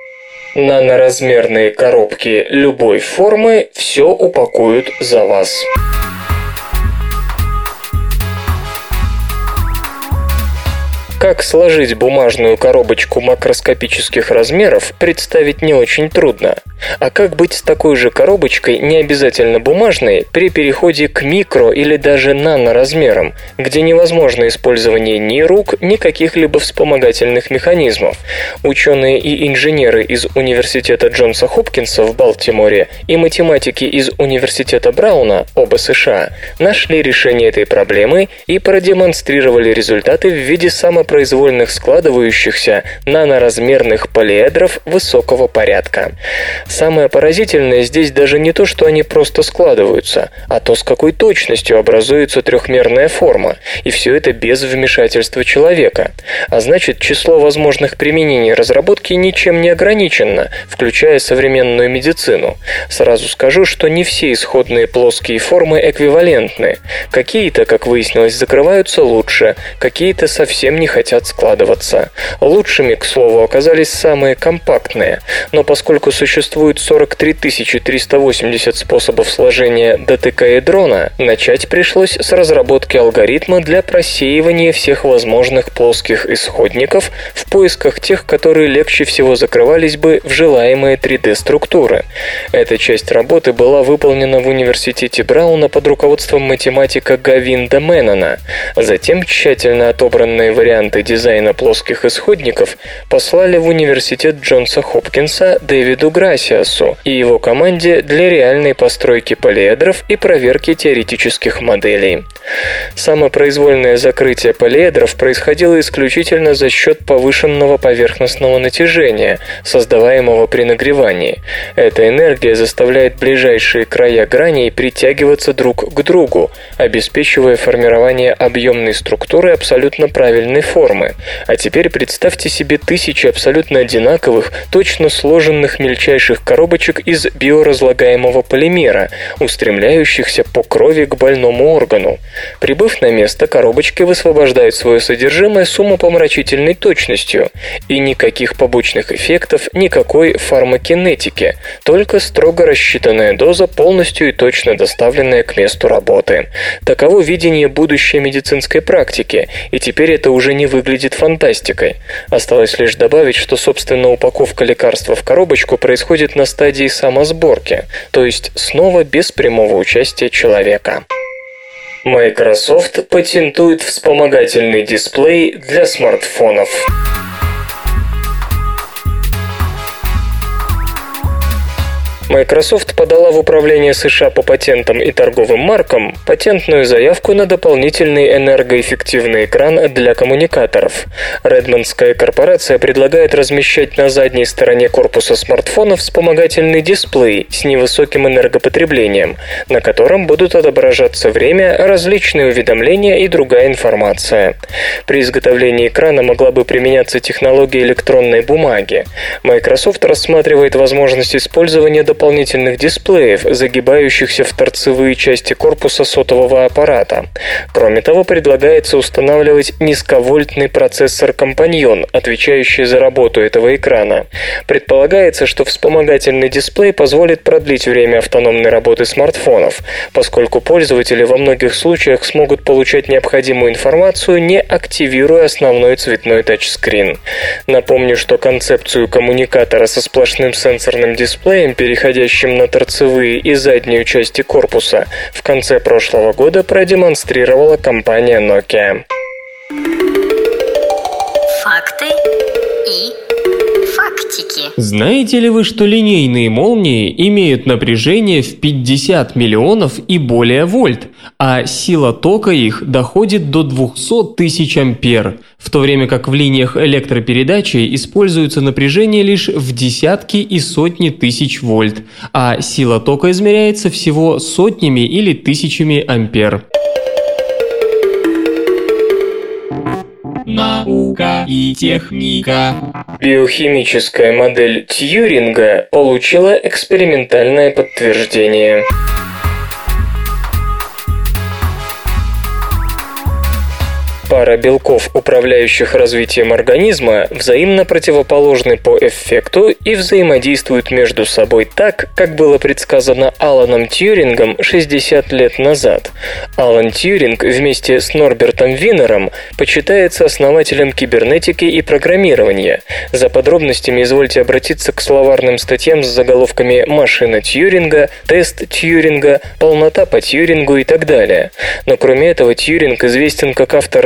Наноразмерные коробки любой формы все упакуют за вас. Как сложить бумажную коробочку макроскопических размеров, представить не очень трудно. А как быть с такой же коробочкой, не обязательно бумажной, при переходе к микро- или даже наноразмерам, где невозможно использование ни рук, ни каких-либо вспомогательных механизмов? Ученые и инженеры из Университета Джонса Хопкинса в Балтиморе и математики из Университета Брауна, оба США, нашли решение этой проблемы и продемонстрировали результаты в виде самопроизводительных самопроизвольных складывающихся наноразмерных полиэдров высокого порядка. Самое поразительное здесь даже не то, что они просто складываются, а то, с какой точностью образуется трехмерная форма, и все это без вмешательства человека. А значит, число возможных применений разработки ничем не ограничено, включая современную медицину. Сразу скажу, что не все исходные плоские формы эквивалентны. Какие-то, как выяснилось, закрываются лучше, какие-то совсем не хотят складываться. Лучшими, к слову, оказались самые компактные, но поскольку существует сорок три тысячи триста восемьдесят способов сложения додекаэдрона, начать пришлось с разработки алгоритма для просеивания всех возможных плоских исходников в поисках тех, которые легче всего закрывались бы в желаемые три дэ-структуры. Эта часть работы была выполнена в университете Брауна под руководством математика Гавинда Меннона. Затем тщательно отобранные варианты дизайна плоских исходников послали в университет Джонса Хопкинса Дэвиду Грасиасу и его команде для реальной постройки полиэдров и проверки теоретических моделей. Самопроизвольное закрытие полиэдров происходило исключительно за счет повышенного поверхностного натяжения, создаваемого при нагревании. Эта энергия заставляет ближайшие края граней притягиваться друг к другу, обеспечивая формирование объемной структуры абсолютно правильной формы. А теперь представьте себе тысячи абсолютно одинаковых, точно сложенных мельчайших коробочек из биоразлагаемого полимера, устремляющихся по крови к больному органу. Прибыв на место, коробочки высвобождают свое содержимое с умопомрачительной точностью, и никаких побочных эффектов, никакой фармакинетики, только строго рассчитанная доза, полностью и точно доставленная к месту работы. Таково видение будущей медицинской практики, и теперь это уже не выглядит фантастикой. Осталось лишь добавить, что, собственно, упаковка лекарства в коробочку происходит на стадии самосборки, то есть снова без прямого участия человека. Microsoft патентует вспомогательный дисплей для смартфонов. Microsoft подала в Управление США по патентам и торговым маркам патентную заявку на дополнительный энергоэффективный экран для коммуникаторов. Редмондская корпорация предлагает размещать на задней стороне корпуса смартфона вспомогательный дисплей с невысоким энергопотреблением, на котором будут отображаться время, различные уведомления и другая информация. При изготовлении экрана могла бы применяться технология электронной бумаги. Microsoft рассматривает возможность использования дополнительных дополнительных дисплеев, загибающихся в торцевые части корпуса сотового аппарата. Кроме того, предлагается устанавливать низковольтный процессор-компаньон, отвечающий за работу этого экрана. Предполагается, что вспомогательный дисплей позволит продлить время автономной работы смартфонов, поскольку пользователи во многих случаях смогут получать необходимую информацию, не активируя основной цветной тачскрин. Напомню, что концепцию коммуникатора со сплошным сенсорным дисплеем, переходящим на торцевые и заднюю части корпуса, в конце прошлого года продемонстрировала компания Nokia. Факты и фактики. Знаете ли вы, что линейные молнии имеют напряжение в пятьдесят миллионов и более вольт, а сила тока их доходит до двухсот тысяч ампер, в то время как в линиях электропередачи используется напряжение лишь в десятки и сотни тысяч вольт, а сила тока измеряется всего сотнями или тысячами ампер. Наука и техника. Биохимическая модель Тьюринга получила экспериментальное подтверждение. Пара белков, управляющих развитием организма, взаимно противоположны по эффекту и взаимодействуют между собой так, как было предсказано Аланом Тьюрингом шестьдесят лет назад. Алан Тьюринг вместе с Норбертом Винером почитается основателем кибернетики и программирования. За подробностями извольте обратиться к словарным статьям с заголовками «Машина Тьюринга», «Тест Тьюринга», «Полнота по Тьюрингу» и так далее. Но кроме этого, Тьюринг известен как автор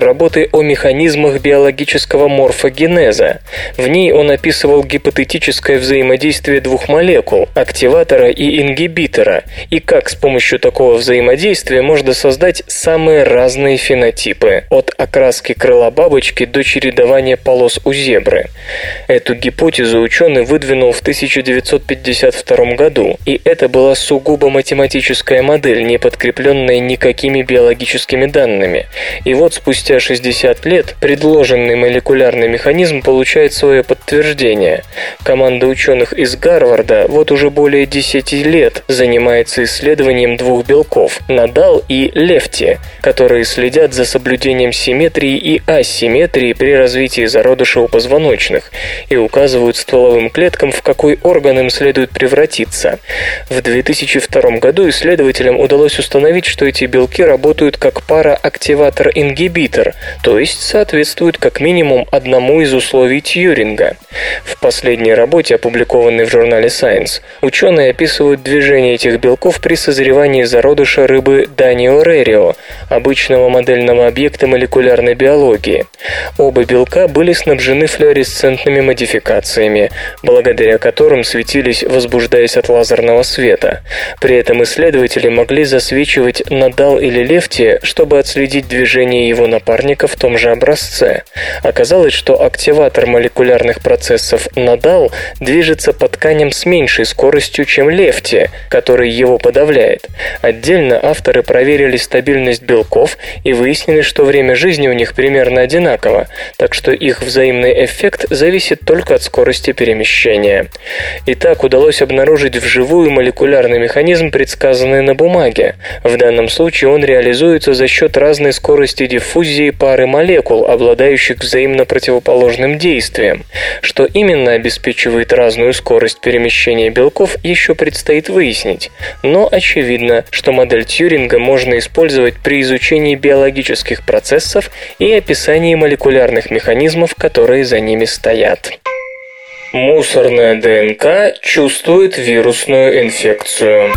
работы о механизмах биологического морфогенеза. В ней он описывал гипотетическое взаимодействие двух молекул – активатора и ингибитора, и как с помощью такого взаимодействия можно создать самые разные фенотипы – от окраски крыла бабочки до чередования полос у зебры. Эту гипотезу ученый выдвинул в тысяча девятьсот пятьдесят втором году, и это была сугубо математическая модель, не подкрепленная никакими биологическими данными. И вот спустя шестьдесят лет предложенный молекулярный механизм получает свое подтверждение. Команда ученых из Гарварда вот уже более десяти лет занимается исследованием двух белков – надал и лефти, которые следят за соблюдением симметрии и асимметрии при развитии зародыша у позвоночных и указывают стволовым клеткам, в какой орган им следует превратиться. В две тысячи втором году исследователям удалось установить, что эти белки работают как пара активатор-ингибитор, то есть соответствуют как минимум одному из условий Тьюринга. В последней работе, опубликованной в журнале Science, ученые описывают движение этих белков при созревании зародыша рыбы Данио рерио, обычного модельного объекта молекулярной биологии. Оба белка были снабжены флуоресцентными модификациями, благодаря которым светились, возбуждаясь от лазерного света. При этом исследователи могли засвечивать надал или лефти, чтобы отследить движение его напарника в том же образце. Оказалось, что активатор молекулярных процессов надал движется по тканям с меньшей скоростью, чем лефти, который его подавляет. Отдельно авторы проверили стабильность белков и выяснили, что время жизни у них примерно одинаково, так что их взаимный эффект зависит только от скорости перемещения. Итак, удалось обнаружить вживую молекулярный механизм, предсказанный на бумаге. В данном случае он реализуется за счет разной скорости диффузии пары молекул, обладающих взаимно противоположным действием. Что именно обеспечивает разную скорость перемещения белков, еще предстоит выяснить. Но очевидно, что модель Тьюринга можно использовать при изучении биологических процессов и описании молекулярных механизмов, которые за ними стоят. Мусорная ДНК чувствует вирусную инфекцию.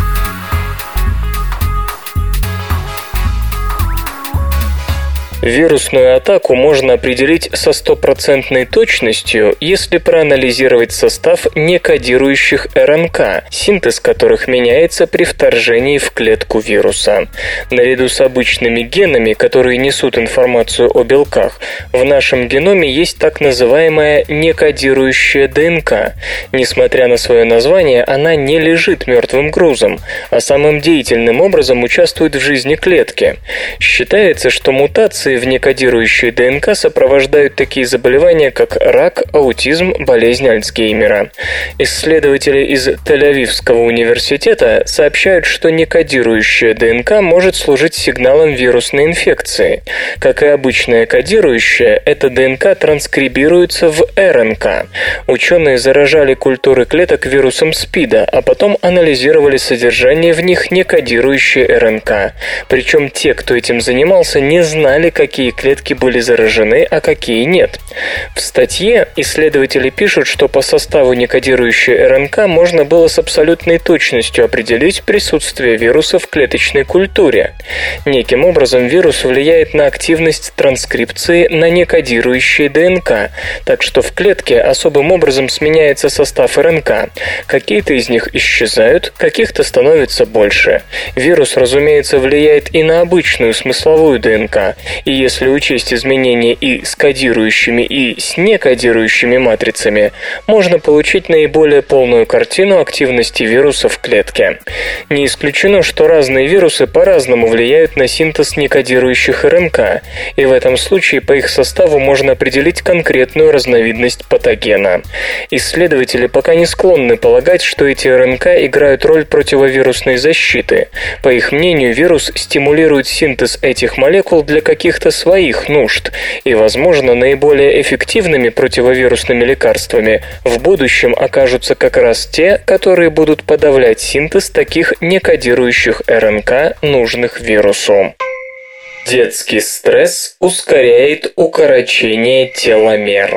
Вирусную атаку можно определить со стопроцентной точностью, если проанализировать состав некодирующих РНК, синтез которых меняется при вторжении в клетку вируса. Наряду с обычными генами, которые несут информацию о белках, в нашем геноме есть так называемая некодирующая ДНК. Несмотря на свое название, она не лежит мертвым грузом, а самым деятельным образом участвует в жизни клетки. Считается, что мутации в некодирующей ДНК сопровождают такие заболевания, как рак, аутизм, болезнь Альцгеймера. Исследователи из Тель-Авивского университета сообщают, что некодирующая ДНК может служить сигналом вирусной инфекции. Как и обычная кодирующая, эта ДНК транскрибируется в РНК. Ученые заражали культуры клеток вирусом СПИДа, а потом анализировали содержание в них некодирующей РНК. Причем те, кто этим занимался, не знали, какие клетки были заражены, а какие нет. В статье исследователи пишут, что по составу некодирующей РНК можно было с абсолютной точностью определить присутствие вируса в клеточной культуре. Неким образом вирус влияет на активность транскрипции на некодирующей ДНК, так что в клетке особым образом сменяется состав РНК. Какие-то из них исчезают, каких-то становится больше. Вирус, разумеется, влияет и на обычную смысловую ДНК, и если учесть изменения и с кодирующими, и с некодирующими матрицами, можно получить наиболее полную картину активности вируса в клетке. Не исключено, что разные вирусы по-разному влияют на синтез некодирующих РНК, и в этом случае по их составу можно определить конкретную разновидность патогена. Исследователи пока не склонны полагать, что эти РНК играют роль противовирусной защиты. По их мнению, вирус стимулирует синтез этих молекул для каких-то своих нужд, и, возможно, наиболее эффективными противовирусными лекарствами в будущем окажутся как раз те, которые будут подавлять синтез таких некодирующих РНК, нужных вирусу. Детский стресс ускоряет укорочение теломер.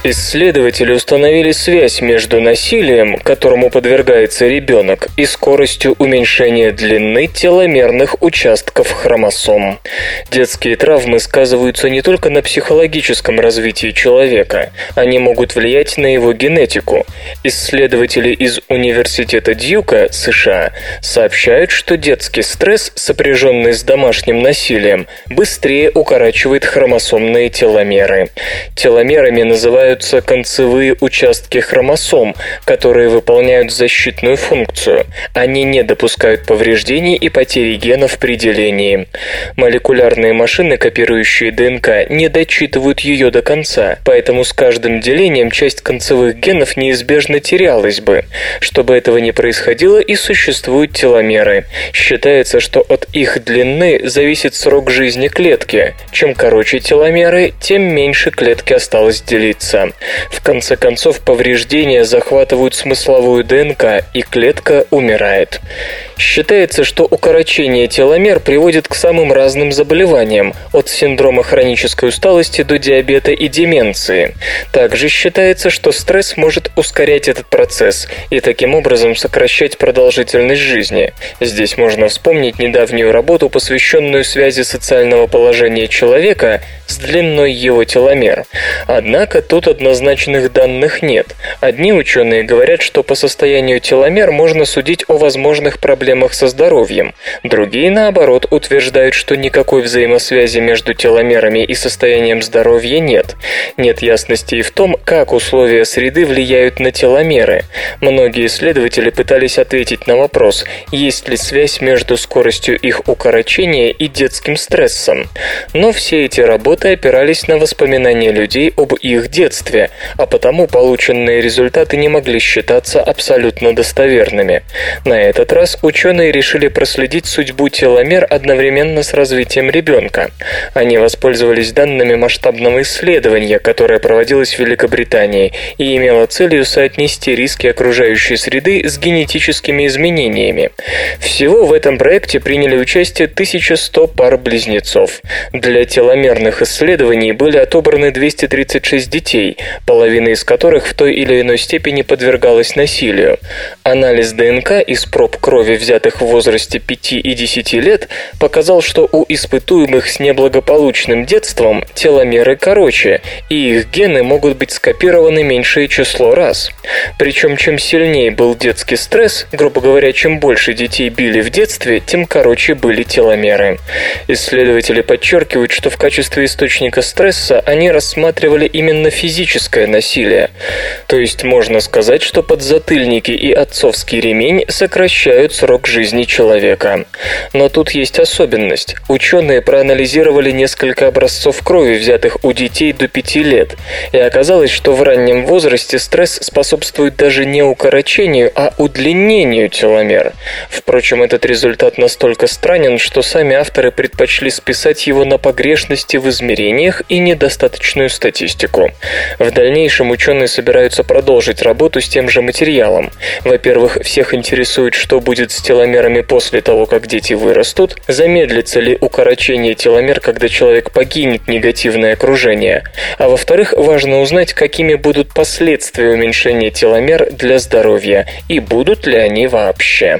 Исследователи установили связь между насилием, которому подвергается ребенок, и скоростью уменьшения длины теломерных участков хромосом. Детские травмы сказываются не только на психологическом развитии человека, они могут влиять на его генетику. Исследователи из Университета Дьюка, США, сообщают, что детский стресс, сопряженный с домашним насилием, быстрее укорачивает хромосомные теломеры. Теломерами называются концевые участки хромосом, которые выполняют защитную функцию. Они не допускают повреждений и потери генов при делении. Молекулярные машины, копирующие ДНК, не дочитывают ее до конца, поэтому с каждым делением часть концевых генов неизбежно терялась бы. Чтобы этого не происходило, и существуют теломеры. Считается, что от их длины зависит срок жизни клетки. Чем короче теломеры, тем меньше клетки осталось делиться. В конце концов, повреждения захватывают смысловую ДНК, и клетка умирает. Считается, что укорочение теломер приводит к самым разным заболеваниям, от синдрома хронической усталости до диабета и деменции. Также считается, что стресс может ускорять этот процесс и таким образом сокращать продолжительность жизни. Здесь можно вспомнить недавнюю работу, посвященную связи социального положения человека с длиной его теломер. Однако тут однозначных данных нет. Одни ученые говорят, что по состоянию теломер можно судить о возможных проблемах со здоровьем. Другие, наоборот, утверждают, что никакой взаимосвязи между теломерами и состоянием здоровья нет. Нет ясности и в том, как условия среды влияют на теломеры. Многие исследователи пытались ответить на вопрос, есть ли связь между скоростью их укорочения и детским стрессом. Но все эти работы опирались на воспоминания людей об их детстве, а потому полученные результаты не могли считаться абсолютно достоверными. На этот раз ученые решили проследить судьбу теломер одновременно с развитием ребенка. Они воспользовались данными масштабного исследования, которое проводилось в Великобритании и имело целью соотнести риски окружающей среды с генетическими изменениями. Всего в этом проекте приняли участие тысяча сто пар близнецов. Для теломерных исследований были отобраны двести тридцать шесть детей, половина из которых в той или иной степени подвергалась насилию. Анализ ДНК из проб крови, взятых в возрасте пяти и десяти лет, показал, что у испытуемых с неблагополучным детством теломеры короче, и их гены могут быть скопированы меньшее число раз. Причем, чем сильнее был детский стресс, грубо говоря, чем больше детей били в детстве, тем короче были теломеры. Исследователи подчеркивают, что в качестве источника стресса они рассматривали именно физическое насилие. То есть можно сказать, что подзатыльники и отцовский ремень сокращают срок жизни человека. Но тут есть особенность. Ученые проанализировали несколько образцов крови, взятых у детей до пяти лет, и оказалось, что в раннем возрасте стресс способствует даже не укорочению, а удлинению теломер. Впрочем, этот результат настолько странен, что сами авторы предпочли списать его на погрешности в измерениях и недостаточную статистику. В дальнейшем ученые собираются продолжить работу с тем же материалом. Во-первых, всех интересует, что будет с теломерами после того, как дети вырастут, замедлится ли укорочение теломер, когда человек покинет негативное окружение. А во-вторых, важно узнать, какими будут последствия уменьшения теломер для здоровья и будут ли они вообще.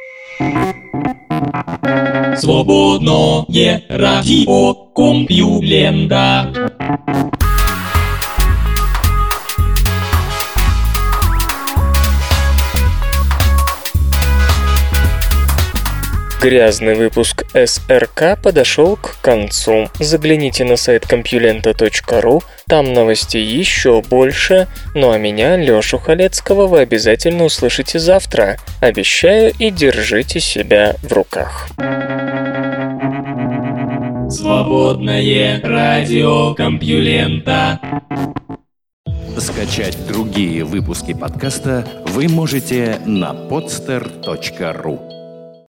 Свободное радио Компьюлента. Грязный выпуск эс эр ка подошел к концу. Загляните на сайт компьюлента точка ру, там новостей еще больше. Ну а меня, Лешу Халецкого, вы обязательно услышите завтра. Обещаю, и держите себя в руках. Свободное радио Компьюлента. Скачать другие выпуски подкаста вы можете на подстер точка ру.